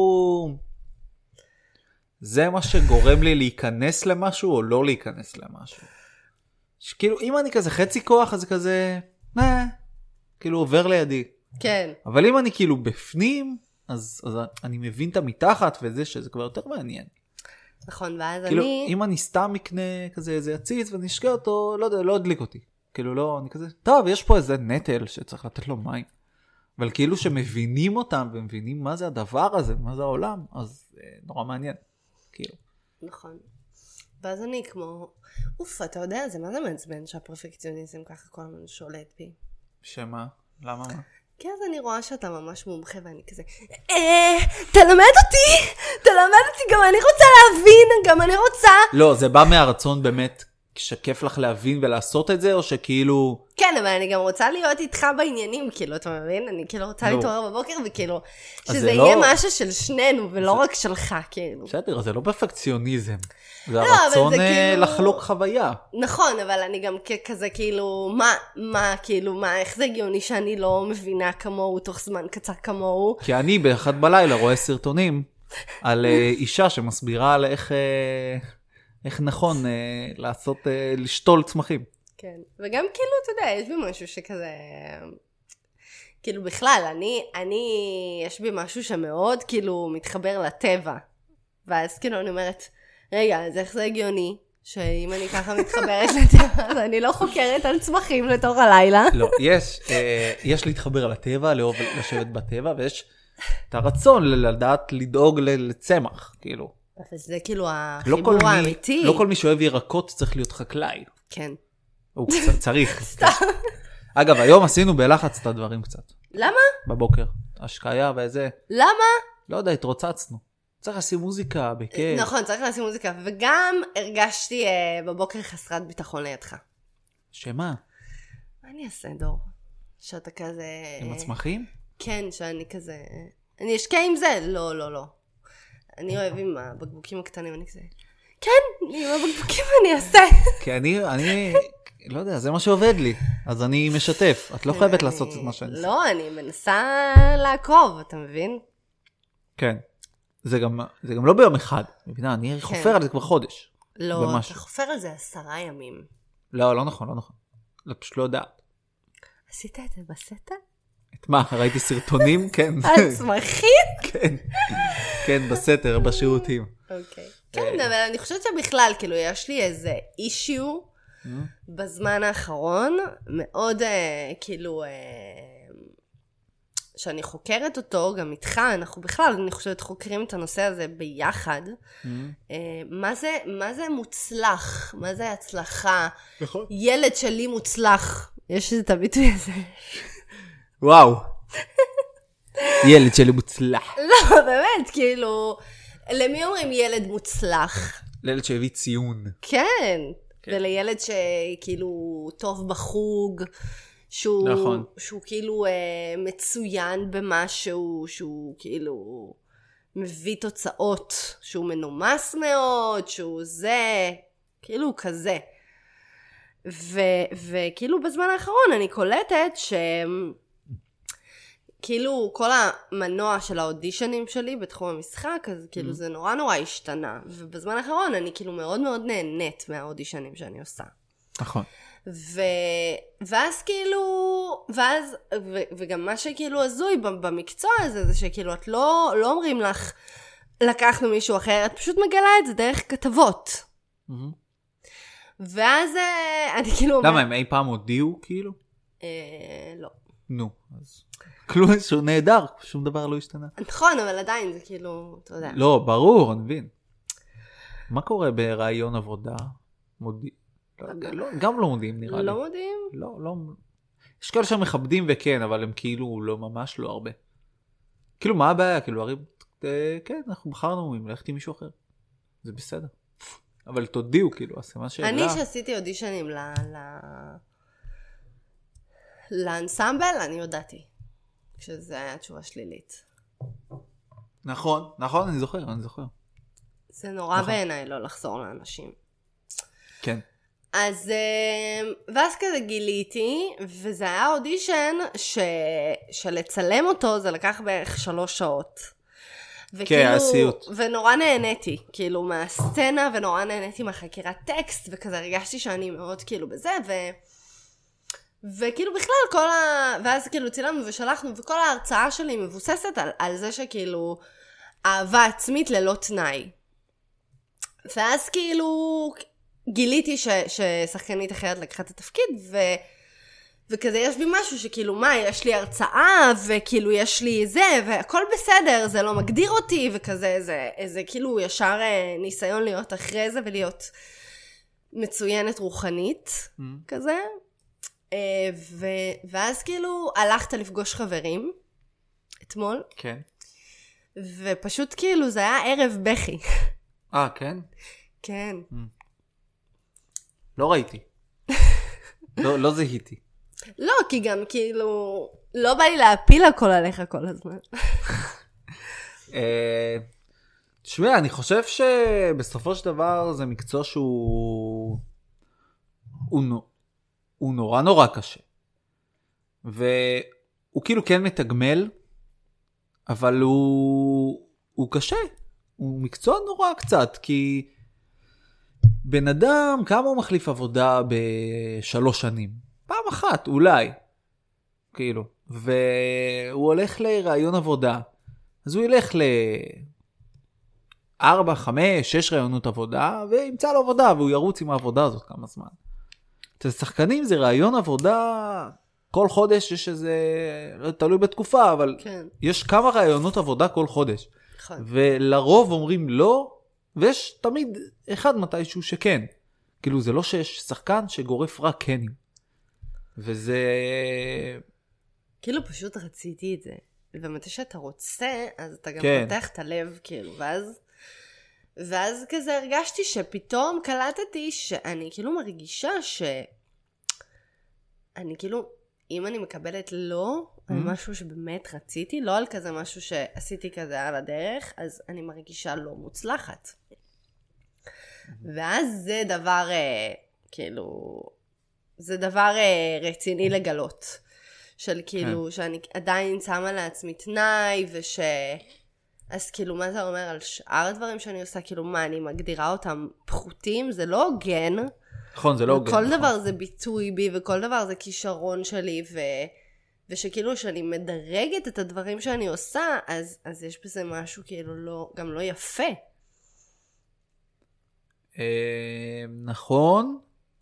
Speaker 2: זה מה שגורם לי להיכנס למשהו או לא להיכנס למשהו. שכאילו, אם אני כזה חצי כוח, אז זה כזה, נה, כאילו עובר לידי.
Speaker 1: כן.
Speaker 2: אבל אם אני כאילו בפנים, אז, אז אני מבין את המתחת וזה שזה כבר יותר מעניין.
Speaker 1: נכון, ואז
Speaker 2: כאילו,
Speaker 1: אני...
Speaker 2: אם אני סתם אקנה כזה איזה עציץ ונשקע אותו, לא יודע, לא הדליק אותי. כאילו לא, אני כזה, טוב, יש פה איזה נטל שצריך לתת לו מים. אבל כאילו שמבינים אותם ומבינים מה זה הדבר הזה, מה זה העולם, אז אה, נורא מעניין. כאילו.
Speaker 1: נכון. ואז אני כמו, אוף, אתה יודע, זה מה זה מעצבן שהפרפקציוניזם ככה כל הזמן שולט בי.
Speaker 2: שמה? למה מה?
Speaker 1: כי אז אני רואה שאתה ממש מומחה ואני כזה, אה, תלמד אותי, תלמד אותי, גם אני רוצה להבין, גם אני רוצה.
Speaker 2: לא, זה בא מהרצון באמת שכיף לך להבין ולעשות את זה, או שכאילו...
Speaker 1: כן, אבל אני גם רוצה להיות איתך בעניינים, כאילו, אתה מבין? אני כאילו רוצה להתעורר בבוקר, וכאילו, שזה יהיה משהו של שנינו, ולא רק שלך, כאילו.
Speaker 2: בסדר, זה לא פרפקציוניזם. זה הרצון לחלוק חוויה.
Speaker 1: נכון, אבל אני גם כזה, כאילו, מה, מה, כאילו, מה, איך זה הגיוני שאני לא מבינה כמוהו, תוך זמן קצר כמוהו?
Speaker 2: כי אני באחד בלילה רואה סרטונים על אישה שמסבירה על איך... איך נכון אה, לעשות, אה, לשתול צמחים.
Speaker 1: כן, וגם כאילו, אתה יודע, יש בי משהו שכזה, כאילו בכלל, אני, אני, יש בי משהו שמאוד כאילו מתחבר לטבע, ואז כאילו אני אומרת, רגע, אז איך זה הגיוני, שאם אני ככה מתחברת לטבע, אז אני לא חוקרת על צמחים לתוך הלילה?
Speaker 2: לא, יש, אה, יש להתחבר לטבע, לאהוב לשבת בטבע, ויש את הרצון לדעת לדאוג לצמח, כאילו.
Speaker 1: אבל זה כאילו החיבור האמיתי.
Speaker 2: לא כל מי שאוהב ירקות צריך להיות חקלאי.
Speaker 1: כן.
Speaker 2: הוא צריך. סתם. אגב, היום עשינו בלחץ את הדברים קצת.
Speaker 1: למה?
Speaker 2: בבוקר. השקיה ואיזה.
Speaker 1: למה?
Speaker 2: לא יודע, התרוצצנו. צריך לשים מוזיקה, בכיף.
Speaker 1: נכון, צריך לשים מוזיקה. וגם הרגשתי בבוקר חסרת ביטחון לידך.
Speaker 2: שמה?
Speaker 1: מה אני אעשה, דור? שאתה כזה...
Speaker 2: עם הצמחים?
Speaker 1: כן, שאני כזה... אני אשקע עם זה? לא, לא, לא. אני אוהב עם הבקבוקים הקטנים, אני כזה, כן, עם הבקבוקים אני אעשה.
Speaker 2: כי אני, אני, לא יודע, זה מה שעובד לי, אז אני משתף, את לא חייבת לעשות את מה שאני עושה.
Speaker 1: לא, אני מנסה לעקוב, אתה מבין?
Speaker 2: כן, זה גם, זה גם לא ביום אחד, מבינה, אני חופר על זה כבר חודש.
Speaker 1: לא, אתה חופר על זה עשרה ימים.
Speaker 2: לא, לא נכון, לא נכון, זה פשוט לא יודעת.
Speaker 1: עשית את זה בסתר?
Speaker 2: את מה? ראיתי סרטונים? כן.
Speaker 1: הצמחים?
Speaker 2: כן, כן, בסתר, בשירותים.
Speaker 1: אוקיי. כן, אבל אני חושבת שבכלל, כאילו, יש לי איזה אישיו בזמן האחרון, מאוד, כאילו, שאני חוקרת אותו, גם איתך, אנחנו בכלל, אני חושבת, חוקרים את הנושא הזה ביחד. מה זה, מה זה מוצלח? מה זה הצלחה?
Speaker 2: נכון.
Speaker 1: ילד שלי מוצלח. יש את הביטוי הזה.
Speaker 2: וואו. ילד שלי מוצלח.
Speaker 1: לא, באמת, כאילו, למי אומרים ילד מוצלח?
Speaker 2: לילד שהביא ציון.
Speaker 1: כן, ולילד שכאילו טוב בחוג, שהוא,
Speaker 2: נכון.
Speaker 1: שהוא כאילו אה, מצוין במשהו, שהוא כאילו מביא תוצאות, שהוא מנומס מאוד, שהוא זה, כאילו כזה. ו, וכאילו בזמן האחרון אני קולטת ש... כאילו כל המנוע של האודישנים שלי בתחום המשחק, אז כאילו זה נורא נורא השתנה. ובזמן האחרון אני כאילו מאוד מאוד נהנית מהאודישנים שאני עושה.
Speaker 2: נכון.
Speaker 1: ו... ואז כאילו, ואז, ו... וגם מה שכאילו הזוי במקצוע הזה, זה שכאילו את לא, לא אומרים לך, לקחנו מישהו אחר, את פשוט מגלה את זה דרך כתבות. ואז אני כאילו...
Speaker 2: למה, הם אי פעם הודיעו כאילו?
Speaker 1: אה, לא.
Speaker 2: נו, אז... כלום שהוא נהדר, שום דבר לא השתנה.
Speaker 1: נכון, אבל עדיין זה כאילו, אתה יודע.
Speaker 2: לא, ברור, אני מבין. מה קורה ברעיון עבודה? מודיע... לא, גם לא מודיעים נראה לי.
Speaker 1: לא מודיעים?
Speaker 2: לא, לא. יש כאלה שמכבדים וכן, אבל הם כאילו לא ממש לא הרבה. כאילו, מה הבעיה? כאילו, הרי, כן, אנחנו בחרנו אם ללכת עם מישהו אחר. זה בסדר. אבל תודיעו, כאילו, עושה שאלה.
Speaker 1: אני שעשיתי אודישנים ל... ל... לאנסמבל, אני הודעתי. כשזה היה תשובה שלילית.
Speaker 2: נכון, נכון, אני זוכר, אני זוכר.
Speaker 1: זה נורא בעיניי לא לחזור לאנשים.
Speaker 2: כן.
Speaker 1: אז, ואז כזה גיליתי, וזה היה אודישן ש... שלצלם אותו זה לקח בערך שלוש שעות.
Speaker 2: כן, הסיוט.
Speaker 1: ונורא נהניתי, כאילו, מהסצנה, ונורא נהניתי מהחקירת טקסט, וכזה הרגשתי שאני מאוד כאילו בזה, ו... וכאילו בכלל כל ה... ואז כאילו צילמנו ושלחנו, וכל ההרצאה שלי מבוססת על, על זה שכאילו אהבה עצמית ללא תנאי. ואז כאילו גיליתי ש... ששחקנית אחרת לקחה את התפקיד, ו... וכזה יש בי משהו שכאילו מה, יש לי הרצאה, וכאילו יש לי זה, והכל בסדר, זה לא מגדיר אותי, וכזה זה, זה כאילו ישר ניסיון להיות אחרי זה, ולהיות מצוינת רוחנית, mm. כזה. ו... ואז כאילו הלכת לפגוש חברים, אתמול.
Speaker 2: כן.
Speaker 1: ופשוט כאילו זה היה ערב בכי.
Speaker 2: אה, כן?
Speaker 1: כן.
Speaker 2: Mm. לא ראיתי. לא, לא זהיתי.
Speaker 1: לא, כי גם כאילו, לא בא לי להפיל הכל עליך כל הזמן.
Speaker 2: תשמע, אני חושב שבסופו של דבר זה מקצוע שהוא הוא נורא נורא קשה. והוא כאילו כן מתגמל, אבל הוא הוא קשה. הוא מקצוע נורא קצת, כי בן אדם, כמה הוא מחליף עבודה בשלוש שנים? פעם אחת, אולי. כאילו. והוא הולך לרעיון עבודה. אז הוא ילך לארבע, חמש, שש רעיונות עבודה, וימצא לו עבודה, והוא ירוץ עם העבודה הזאת כמה זמן. אצל שחקנים זה רעיון עבודה, כל חודש יש איזה, לא תלוי בתקופה, אבל
Speaker 1: כן.
Speaker 2: יש כמה רעיונות עבודה כל חודש.
Speaker 1: נכון.
Speaker 2: ולרוב אומרים לא, ויש תמיד אחד מתישהו שכן. כאילו זה לא שיש שחקן שגורף רק כנים. וזה...
Speaker 1: כאילו פשוט רציתי את זה. ומתי שאתה רוצה, אז אתה גם
Speaker 2: כן.
Speaker 1: פותח את הלב, כאילו, ואז... ואז כזה הרגשתי שפתאום קלטתי שאני כאילו מרגישה ש... אני כאילו, אם אני מקבלת לא על משהו שבאמת רציתי, לא על כזה משהו שעשיתי כזה על הדרך, אז אני מרגישה לא מוצלחת. ואז זה דבר, כאילו, זה דבר רציני לגלות. של כאילו, שאני עדיין שמה לעצמי תנאי, וש... אז כאילו, מה זה אומר על שאר הדברים שאני עושה? כאילו, מה, אני מגדירה אותם פחותים? זה לא הוגן.
Speaker 2: נכון, זה לא הוגן.
Speaker 1: וכל דבר זה ביטוי בי, וכל דבר זה כישרון שלי, ו... ושכאילו, שאני מדרגת את הדברים שאני עושה, אז, אז יש בזה משהו כאילו לא, גם לא יפה.
Speaker 2: נכון.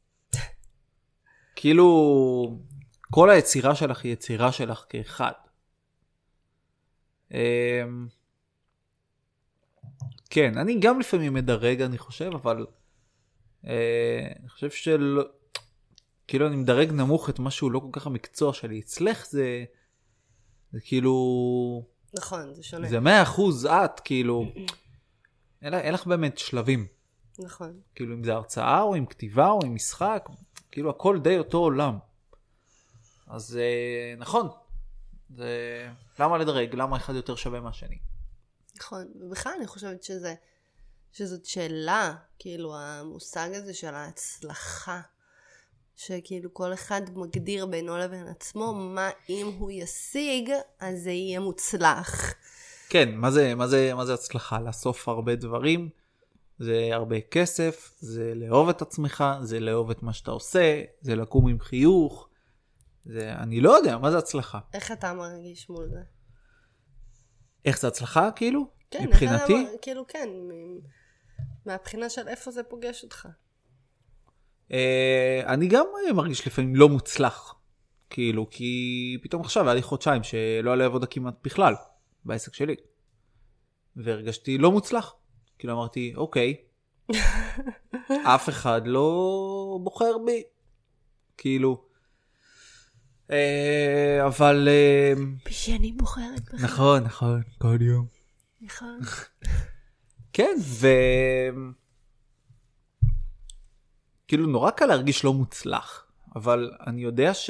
Speaker 2: כאילו, כל היצירה שלך היא יצירה שלך כאחד. כן, אני גם לפעמים מדרג, אני חושב, אבל אני חושב שלא, כאילו אני מדרג נמוך את משהו לא כל כך המקצוע שלי. אצלך זה, זה כאילו...
Speaker 1: נכון, זה שונה.
Speaker 2: זה מאה אחוז את, כאילו, אין לך באמת שלבים.
Speaker 1: נכון.
Speaker 2: כאילו אם זה הרצאה או עם כתיבה או עם משחק, כאילו הכל די אותו עולם. אז נכון, זה... למה לדרג? למה אחד יותר שווה מהשני?
Speaker 1: נכון, ובכלל אני חושבת שזה, שזאת שאלה, כאילו המושג הזה של ההצלחה, שכאילו כל אחד מגדיר בינו לבין עצמו, מה אם הוא ישיג, אז זה יהיה מוצלח.
Speaker 2: כן, מה זה, מה זה, מה זה הצלחה? לאסוף הרבה דברים, זה הרבה כסף, זה לאהוב את עצמך, זה לאהוב את מה שאתה עושה, זה לקום עם חיוך, זה, אני לא יודע, מה זה הצלחה?
Speaker 1: איך אתה מרגיש מול זה?
Speaker 2: איך זה הצלחה, כאילו?
Speaker 1: כן,
Speaker 2: מבחינתי?
Speaker 1: איך אתה, כאילו, כן, מהבחינה של איפה זה פוגש אותך.
Speaker 2: אה, אני גם מרגיש לפעמים לא מוצלח, כאילו, כי פתאום עכשיו היה לי חודשיים שלא היה לי עבודה כמעט בכלל, בעסק שלי. והרגשתי לא מוצלח. כאילו אמרתי, אוקיי, אף אחד לא בוחר בי. כאילו, אבל...
Speaker 1: שאני בוחרת בך.
Speaker 2: נכון, נכון, כל יום.
Speaker 1: נכון.
Speaker 2: כן, ו... כאילו נורא קל להרגיש לא מוצלח, אבל אני יודע ש...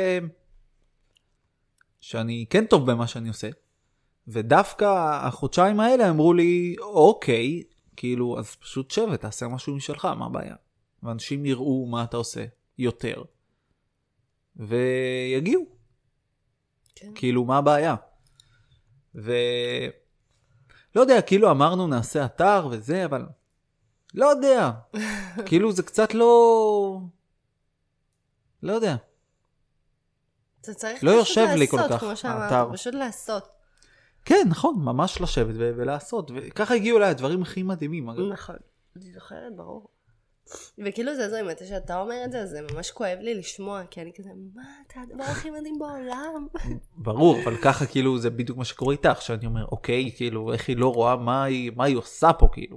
Speaker 2: שאני כן טוב במה שאני עושה, ודווקא החודשיים האלה אמרו לי, אוקיי, כאילו, אז פשוט שב ותעשה משהו משלך, מה הבעיה? ואנשים יראו מה אתה עושה יותר, ויגיעו.
Speaker 1: כן.
Speaker 2: כאילו, מה הבעיה? ו... לא יודע, כאילו אמרנו נעשה אתר וזה, אבל לא יודע. כאילו זה קצת לא... לא יודע.
Speaker 1: זה צריך
Speaker 2: לא
Speaker 1: פשוט
Speaker 2: יושב לי כל
Speaker 1: לעשות,
Speaker 2: כך,
Speaker 1: כמו שאמרת,
Speaker 2: האתר.
Speaker 1: פשוט לעשות.
Speaker 2: כן, נכון, ממש לשבת ו- ולעשות. וככה הגיעו אליי הדברים הכי מדהימים. אגב.
Speaker 1: נכון. אני זוכרת, ברור. וכאילו זה זו, מתי שאתה אומר את זה, זה ממש כואב לי לשמוע, כי אני כזה, מה, אתה הדבר הכי מדהים בעולם?
Speaker 2: ברור, אבל ככה כאילו זה בדיוק מה שקורה איתך, שאני אומר, אוקיי, כאילו, איך היא לא רואה מה היא, מה היא עושה פה, כאילו.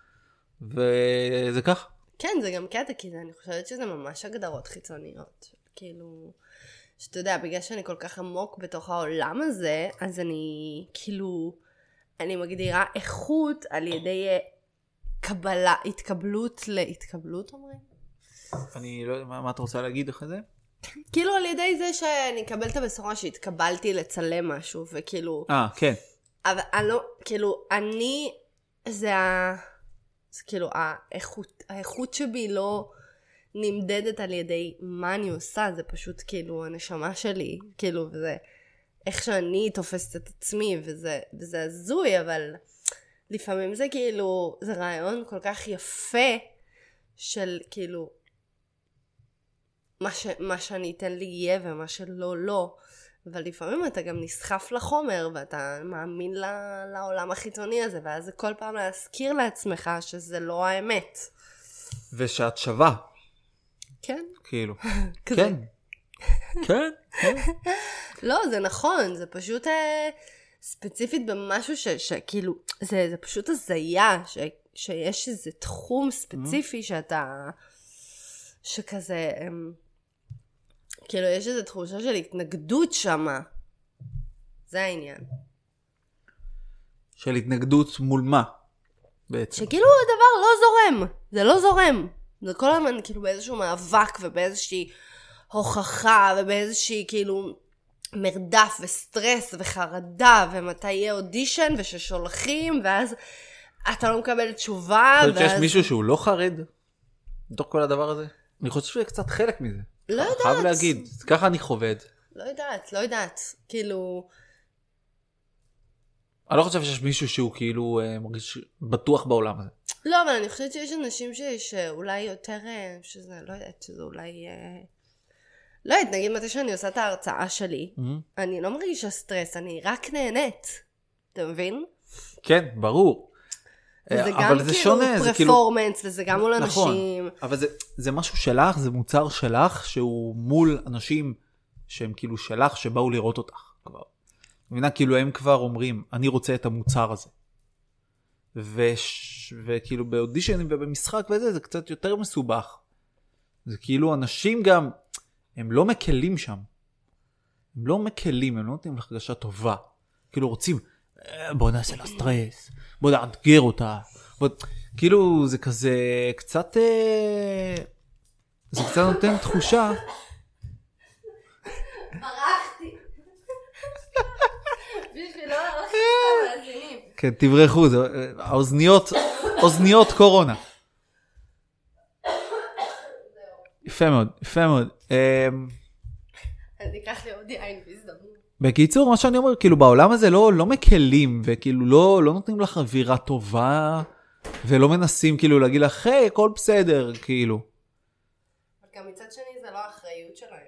Speaker 2: וזה ככה.
Speaker 1: כן, זה גם קטע, כי זה, אני חושבת שזה ממש הגדרות חיצוניות. כאילו, שאתה יודע, בגלל שאני כל כך עמוק בתוך העולם הזה, אז אני, כאילו, אני מגדירה איכות על ידי קבלה, התקבלות להתקבלות, אומרים?
Speaker 2: אני לא יודע, מה, מה אתה רוצה להגיד אחרי זה?
Speaker 1: כאילו על ידי זה שאני אקבל את הבשורה שהתקבלתי לצלם משהו, וכאילו...
Speaker 2: אה, כן.
Speaker 1: אבל אני לא, כאילו, אני, זה ה... זה כאילו, האיכות, האיכות שבי לא נמדדת על ידי מה אני עושה, זה פשוט כאילו הנשמה שלי, כאילו, וזה איך שאני תופסת את עצמי, וזה, וזה הזוי, אבל לפעמים זה כאילו, זה רעיון כל כך יפה של כאילו, מה, ש, מה שאני אתן לי יהיה ומה שלא לא, אבל לפעמים אתה גם נסחף לחומר ואתה מאמין לעולם החיצוני הזה, ואז זה כל פעם להזכיר לעצמך שזה לא האמת.
Speaker 2: ושאת שווה.
Speaker 1: כן.
Speaker 2: כאילו. כן. כן. כן.
Speaker 1: לא, זה נכון, זה פשוט אה, ספציפית במשהו ש, שכאילו, זה, זה פשוט הזיה, ש, שיש איזה תחום ספציפי שאתה, שכזה, אה, כאילו יש איזו תחושה של התנגדות שמה. זה העניין.
Speaker 2: של התנגדות מול מה? בעצם.
Speaker 1: שכאילו הדבר לא זורם. זה לא זורם. זה כל הזמן כאילו באיזשהו מאבק ובאיזושהי הוכחה ובאיזושהי כאילו מרדף וסטרס וחרדה ומתי יהיה אודישן וששולחים ואז אתה לא מקבל תשובה.
Speaker 2: אני חושב שיש מישהו שהוא לא חרד בתוך כל הדבר הזה? אני חושב שזה קצת חלק מזה.
Speaker 1: לא יודעת.
Speaker 2: חייב להגיד, ככה אני חובד.
Speaker 1: לא יודעת, לא יודעת. כאילו...
Speaker 2: אני לא חושב שיש מישהו שהוא כאילו אה, מרגיש בטוח בעולם הזה.
Speaker 1: לא, אבל אני חושבת שיש אנשים שאולי יותר, שזה, לא יודעת, שזה אולי... לא יודעת, נגיד מתי שאני עושה את ההרצאה שלי, mm-hmm. אני לא מרגישה סטרס, אני רק נהנית. אתה מבין?
Speaker 2: כן, ברור.
Speaker 1: וזה גם
Speaker 2: זה
Speaker 1: כאילו
Speaker 2: שונה,
Speaker 1: פרפורמנס,
Speaker 2: כאילו...
Speaker 1: וזה גם מול
Speaker 2: נכון,
Speaker 1: אנשים.
Speaker 2: אבל זה, זה משהו שלך, זה מוצר שלך, שהוא מול אנשים שהם כאילו שלך, שבאו לראות אותך כבר. מבינה, כאילו הם כבר אומרים, אני רוצה את המוצר הזה. וש... וכאילו באודישנים ובמשחק וזה, זה קצת יותר מסובך. זה כאילו אנשים גם, הם לא מקלים שם. הם לא מקלים, הם לא נותנים לך הרגשה טובה. כאילו רוצים, בוא נעשה לה סטרס, בוא נאתגר אותה. בוא... כאילו זה כזה קצת, זה קצת נותן תחושה.
Speaker 1: ברחתי. בשביל לא להרחיב את המאזינים.
Speaker 2: כן, תברחו, האוזניות, אוזניות קורונה. יפה מאוד, יפה מאוד.
Speaker 1: אז תיקח לי עוד יין בהזדמנות.
Speaker 2: בקיצור, מה שאני אומר, כאילו בעולם הזה לא, לא מקלים, וכאילו לא, לא נותנים לך אווירה טובה, ולא מנסים כאילו להגיד לך, היי, הכל בסדר, כאילו.
Speaker 1: אבל גם מצד שני זה לא האחריות שלהם.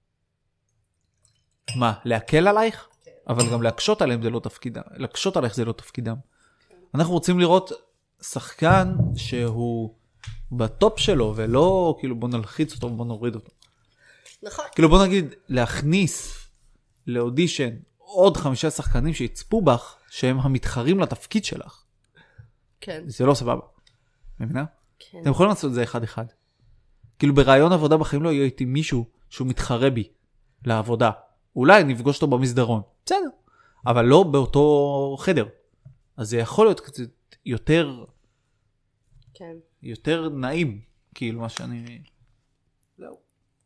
Speaker 2: מה, להקל עלייך? כן. אבל גם להקשות עליהם זה לא תפקידם. להקשות עלייך זה לא תפקידם. כן. אנחנו רוצים לראות שחקן שהוא בטופ שלו, ולא כאילו בוא נלחיץ אותו, בוא נוריד אותו.
Speaker 1: נכון.
Speaker 2: כאילו בוא נגיד, להכניס לאודישן עוד חמישה שחקנים שיצפו בך, שהם המתחרים לתפקיד שלך.
Speaker 1: כן.
Speaker 2: זה לא סבבה. מבינה?
Speaker 1: כן.
Speaker 2: אתם יכולים לעשות את זה אחד אחד. כאילו ברעיון עבודה בחיים לא יהיה איתי מישהו שהוא מתחרה בי. לעבודה. אולי נפגוש אותו במסדרון. בסדר. אבל לא באותו חדר. אז זה יכול להיות קצת יותר,
Speaker 1: כן.
Speaker 2: יותר נעים, כאילו מה שאני... זהו.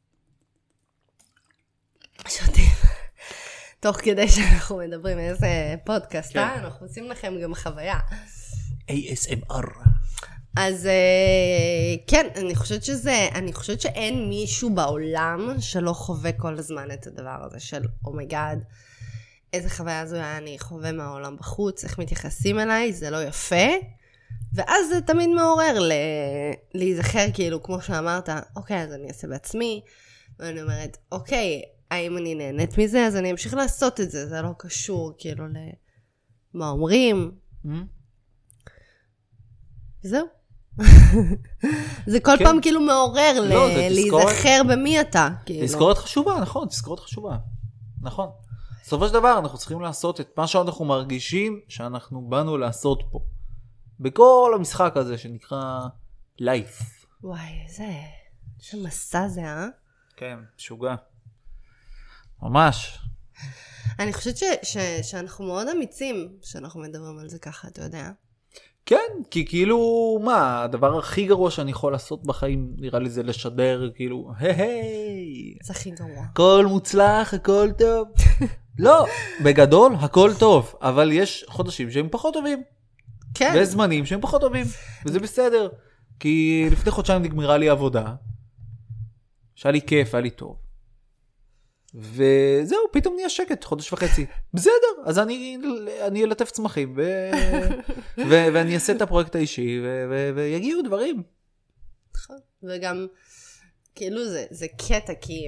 Speaker 1: שותים. תוך כדי שאנחנו מדברים איזה פודקאסט,
Speaker 2: כן.
Speaker 1: אה? אנחנו עושים לכם גם חוויה.
Speaker 2: איי אס אם אר.
Speaker 1: אז כן, אני חושבת שזה, אני חושבת שאין מישהו בעולם שלא חווה כל הזמן את הדבר הזה של, אומייגאד, איזה חוויה זו אני חווה מהעולם בחוץ, איך מתייחסים אליי, זה לא יפה, ואז זה תמיד מעורר ל... להיזכר, כאילו, כמו שאמרת, אוקיי, אז אני אעשה בעצמי, ואני אומרת, אוקיי, האם אני נהנית מזה, אז אני אמשיך לעשות את זה, זה לא קשור, כאילו, למה אומרים. Mm-hmm. זהו. זה כל פעם כאילו מעורר להיזכר במי אתה.
Speaker 2: תזכורת חשובה, נכון, תזכורת חשובה. נכון. בסופו של דבר אנחנו צריכים לעשות את מה שאנחנו מרגישים שאנחנו באנו לעשות פה. בכל המשחק הזה שנקרא life.
Speaker 1: וואי, איזה מסע זה, אה?
Speaker 2: כן, משוגע. ממש.
Speaker 1: אני חושבת שאנחנו מאוד אמיצים שאנחנו מדברים על זה ככה, אתה יודע?
Speaker 2: כן, כי כאילו, מה, הדבר הכי גרוע שאני יכול לעשות בחיים, נראה לי זה לשדר, כאילו, היי היי.
Speaker 1: זה הכי גרוע.
Speaker 2: הכל מוצלח, הכל טוב. לא, בגדול, הכל טוב, אבל יש חודשים שהם פחות טובים.
Speaker 1: כן.
Speaker 2: ויש זמנים שהם פחות טובים, וזה בסדר. כי לפני חודשיים נגמרה לי עבודה, שהיה לי כיף, היה לי טוב. וזהו, פתאום נהיה שקט, חודש וחצי. בסדר, אז אני, אני אלטף צמחים, ו... ו... ואני אעשה את הפרויקט האישי, ו... ו... ויגיעו דברים.
Speaker 1: נכון, וגם, כאילו זה, זה קטע, כי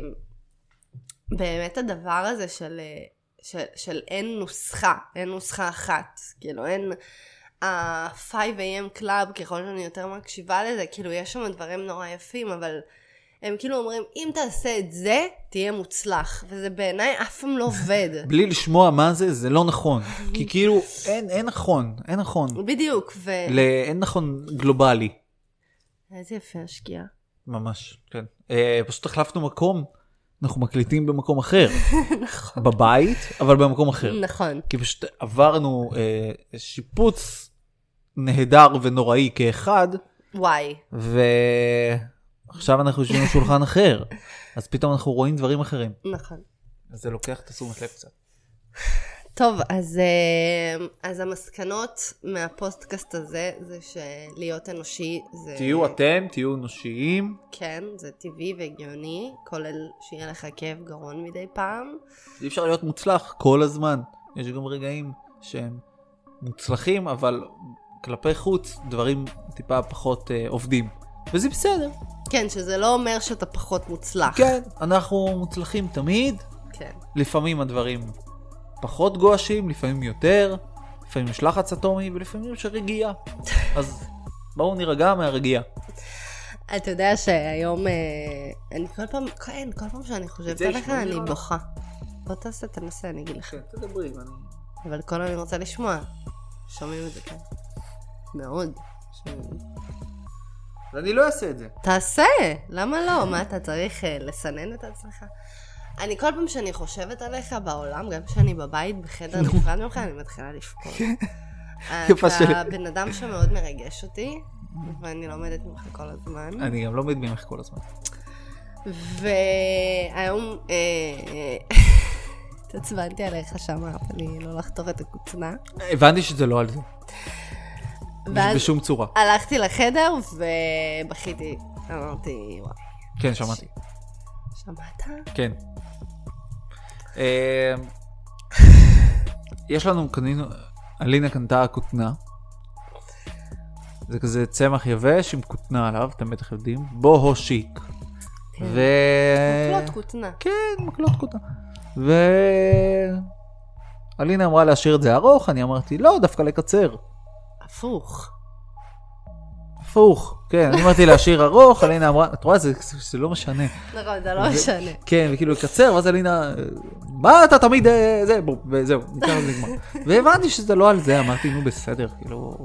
Speaker 1: באמת הדבר הזה של, של, של אין נוסחה, אין נוסחה אחת, כאילו אין ה-חמש איי אם Club, ככל שאני יותר מקשיבה לזה, כאילו יש שם דברים נורא יפים, אבל... הם כאילו אומרים, אם תעשה את זה, תהיה מוצלח. וזה בעיניי אף פעם לא עובד.
Speaker 2: בלי לשמוע מה זה, זה לא נכון. כי כאילו, אין, אין נכון, אין נכון.
Speaker 1: בדיוק. ו...
Speaker 2: אין נכון גלובלי.
Speaker 1: איזה יפה השקיעה.
Speaker 2: ממש, כן. אה, פשוט החלפנו מקום, אנחנו מקליטים במקום אחר.
Speaker 1: נכון.
Speaker 2: בבית, אבל במקום אחר.
Speaker 1: נכון.
Speaker 2: כי פשוט עברנו אה, שיפוץ נהדר ונוראי כאחד.
Speaker 1: וואי.
Speaker 2: ו... עכשיו אנחנו יושבים בשולחן אחר, אז פתאום אנחנו רואים דברים אחרים.
Speaker 1: נכון.
Speaker 2: אז זה לוקח את תשומת לב קצת.
Speaker 1: טוב, אז, אז המסקנות מהפודקאסט הזה, זה שלהיות אנושי זה...
Speaker 2: תהיו אתם, תהיו אנושיים.
Speaker 1: כן, זה טבעי והגיוני, כולל שיהיה לך כאב גרון מדי פעם.
Speaker 2: אי אפשר להיות מוצלח כל הזמן. יש גם רגעים שהם מוצלחים, אבל כלפי חוץ דברים טיפה פחות אה, עובדים. וזה בסדר.
Speaker 1: כן, שזה לא אומר שאתה פחות מוצלח.
Speaker 2: כן, אנחנו מוצלחים תמיד.
Speaker 1: כן. לפעמים
Speaker 2: הדברים פחות גואשים, לפעמים יותר, לפעמים יש לחץ אטומי, ולפעמים יש רגיעה. אז בואו נרגע מהרגיעה.
Speaker 1: אתה יודע שהיום, אני כל פעם, כן, כל פעם שאני חושבת עליך, אני בוכה. בוא תעשה, תנסה, אני אגיד לך.
Speaker 2: כן, תדברי, אני...
Speaker 1: אבל כל אני רוצה לשמוע. שומעים את זה כאן. מאוד. שומעים.
Speaker 2: ואני לא אעשה את זה.
Speaker 1: תעשה, למה לא? מה אתה צריך לסנן את עצמך? אני כל פעם שאני חושבת עליך בעולם, גם כשאני בבית בחדר נפרד ממך, אני מתחילה לפקוד. אתה בן אדם שמאוד מרגש אותי, ואני לומדת ממך כל הזמן.
Speaker 2: אני גם לומד ממך כל הזמן.
Speaker 1: והיום תצבנתי עליך שאמרת לי לא לחתוך את הקוצנה.
Speaker 2: הבנתי שזה לא על זה. בשום צורה.
Speaker 1: הלכתי לחדר ובכיתי, אמרתי וואי.
Speaker 2: כן, שמעתי.
Speaker 1: שמעת?
Speaker 2: כן. יש לנו, קנינו, אלינה קנתה כותנה. זה כזה צמח יבש עם כותנה עליו, אתם בטח יודעים. בוהו שיק. ו...
Speaker 1: מקלות כותנה.
Speaker 2: כן, מקלות כותנה. ו... אלינה אמרה להשאיר את זה ארוך, אני אמרתי לא, דווקא לקצר.
Speaker 1: הפוך.
Speaker 2: הפוך, כן, אני אמרתי להשאיר ארוך, אלינה אמרה, את רואה, זה, זה לא משנה.
Speaker 1: נכון, זה לא משנה.
Speaker 2: כן, וכאילו לקצר, ואז אלינה, מה אתה תמיד, זה, בוא, וזהו, ניתן עוד לגמר. והבנתי שזה לא על זה, אמרתי, נו בסדר, כאילו...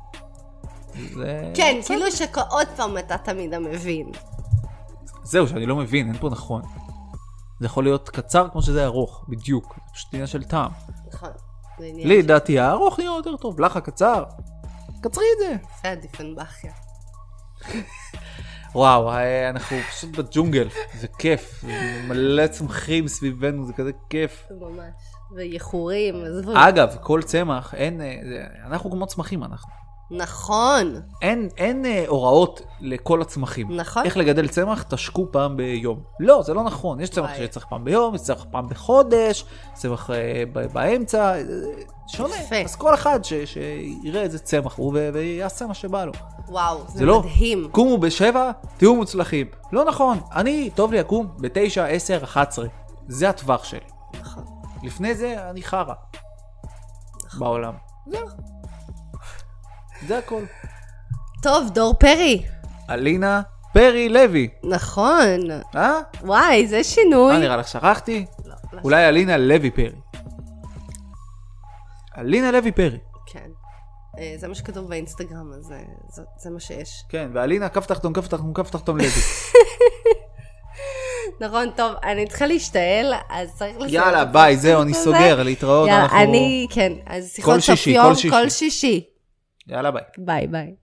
Speaker 1: כן, כאילו שעוד פעם אתה תמיד המבין.
Speaker 2: זהו, שאני לא מבין, אין פה נכון. זה יכול להיות קצר כמו שזה ארוך, בדיוק. זה פשוט עניין של טעם.
Speaker 1: נכון.
Speaker 2: לי, דעתי, הארוך נראה יותר טוב. לך הקצר. קצרי את זה.
Speaker 1: יפה, דיפנבחיה.
Speaker 2: וואו, אנחנו פשוט בג'ונגל. זה כיף. מלא צמחים סביבנו, זה כזה כיף.
Speaker 1: ממש. ויחורים.
Speaker 2: אגב, כל צמח, אין, אנחנו כמו צמחים אנחנו.
Speaker 1: נכון.
Speaker 2: אין, אין אה, הוראות לכל הצמחים.
Speaker 1: נכון.
Speaker 2: איך לגדל צמח? תשקו פעם ביום. לא, זה לא נכון. יש צמח שצריך פעם ביום, יש צמח פעם בחודש, צמח אה, באמצע, אה, שונה.
Speaker 1: יפה.
Speaker 2: אז כל אחד ש, שיראה איזה צמח הוא ו- ויעשה מה שבא לו.
Speaker 1: וואו, זה,
Speaker 2: זה
Speaker 1: מדהים.
Speaker 2: לא, קומו בשבע, תהיו מוצלחים. לא נכון. אני, טוב לי אקום בתשע, עשר, אחת עשרה. זה הטווח שלי.
Speaker 1: נכון.
Speaker 2: לפני זה אני חרה. נכון. בעולם. זהו. זה הכל.
Speaker 1: טוב, דור פרי.
Speaker 2: אלינה פרי לוי.
Speaker 1: נכון.
Speaker 2: אה?
Speaker 1: וואי, זה שינוי.
Speaker 2: מה נראה לך, שכחתי?
Speaker 1: לא, לא.
Speaker 2: אולי אלינה לוי פרי. אלינה לוי פרי.
Speaker 1: כן. אה, זה מה שכתוב באינסטגרם, אז זה, זה, זה מה שיש.
Speaker 2: כן, ואלינה כף תחתום, כף תחתום, כף תחתום לוי.
Speaker 1: נכון, טוב, אני צריכה להשתעל, אז צריך לסיים.
Speaker 2: יאללה, ביי, זהו, אני סוגר, להתראות.
Speaker 1: יאללה,
Speaker 2: אנחנו...
Speaker 1: אני, כן, אז שיחות
Speaker 2: כל שישי,
Speaker 1: סוף יום,
Speaker 2: כל שישי.
Speaker 1: כל שישי.
Speaker 2: יאללה, ביי.
Speaker 1: ביי, ביי.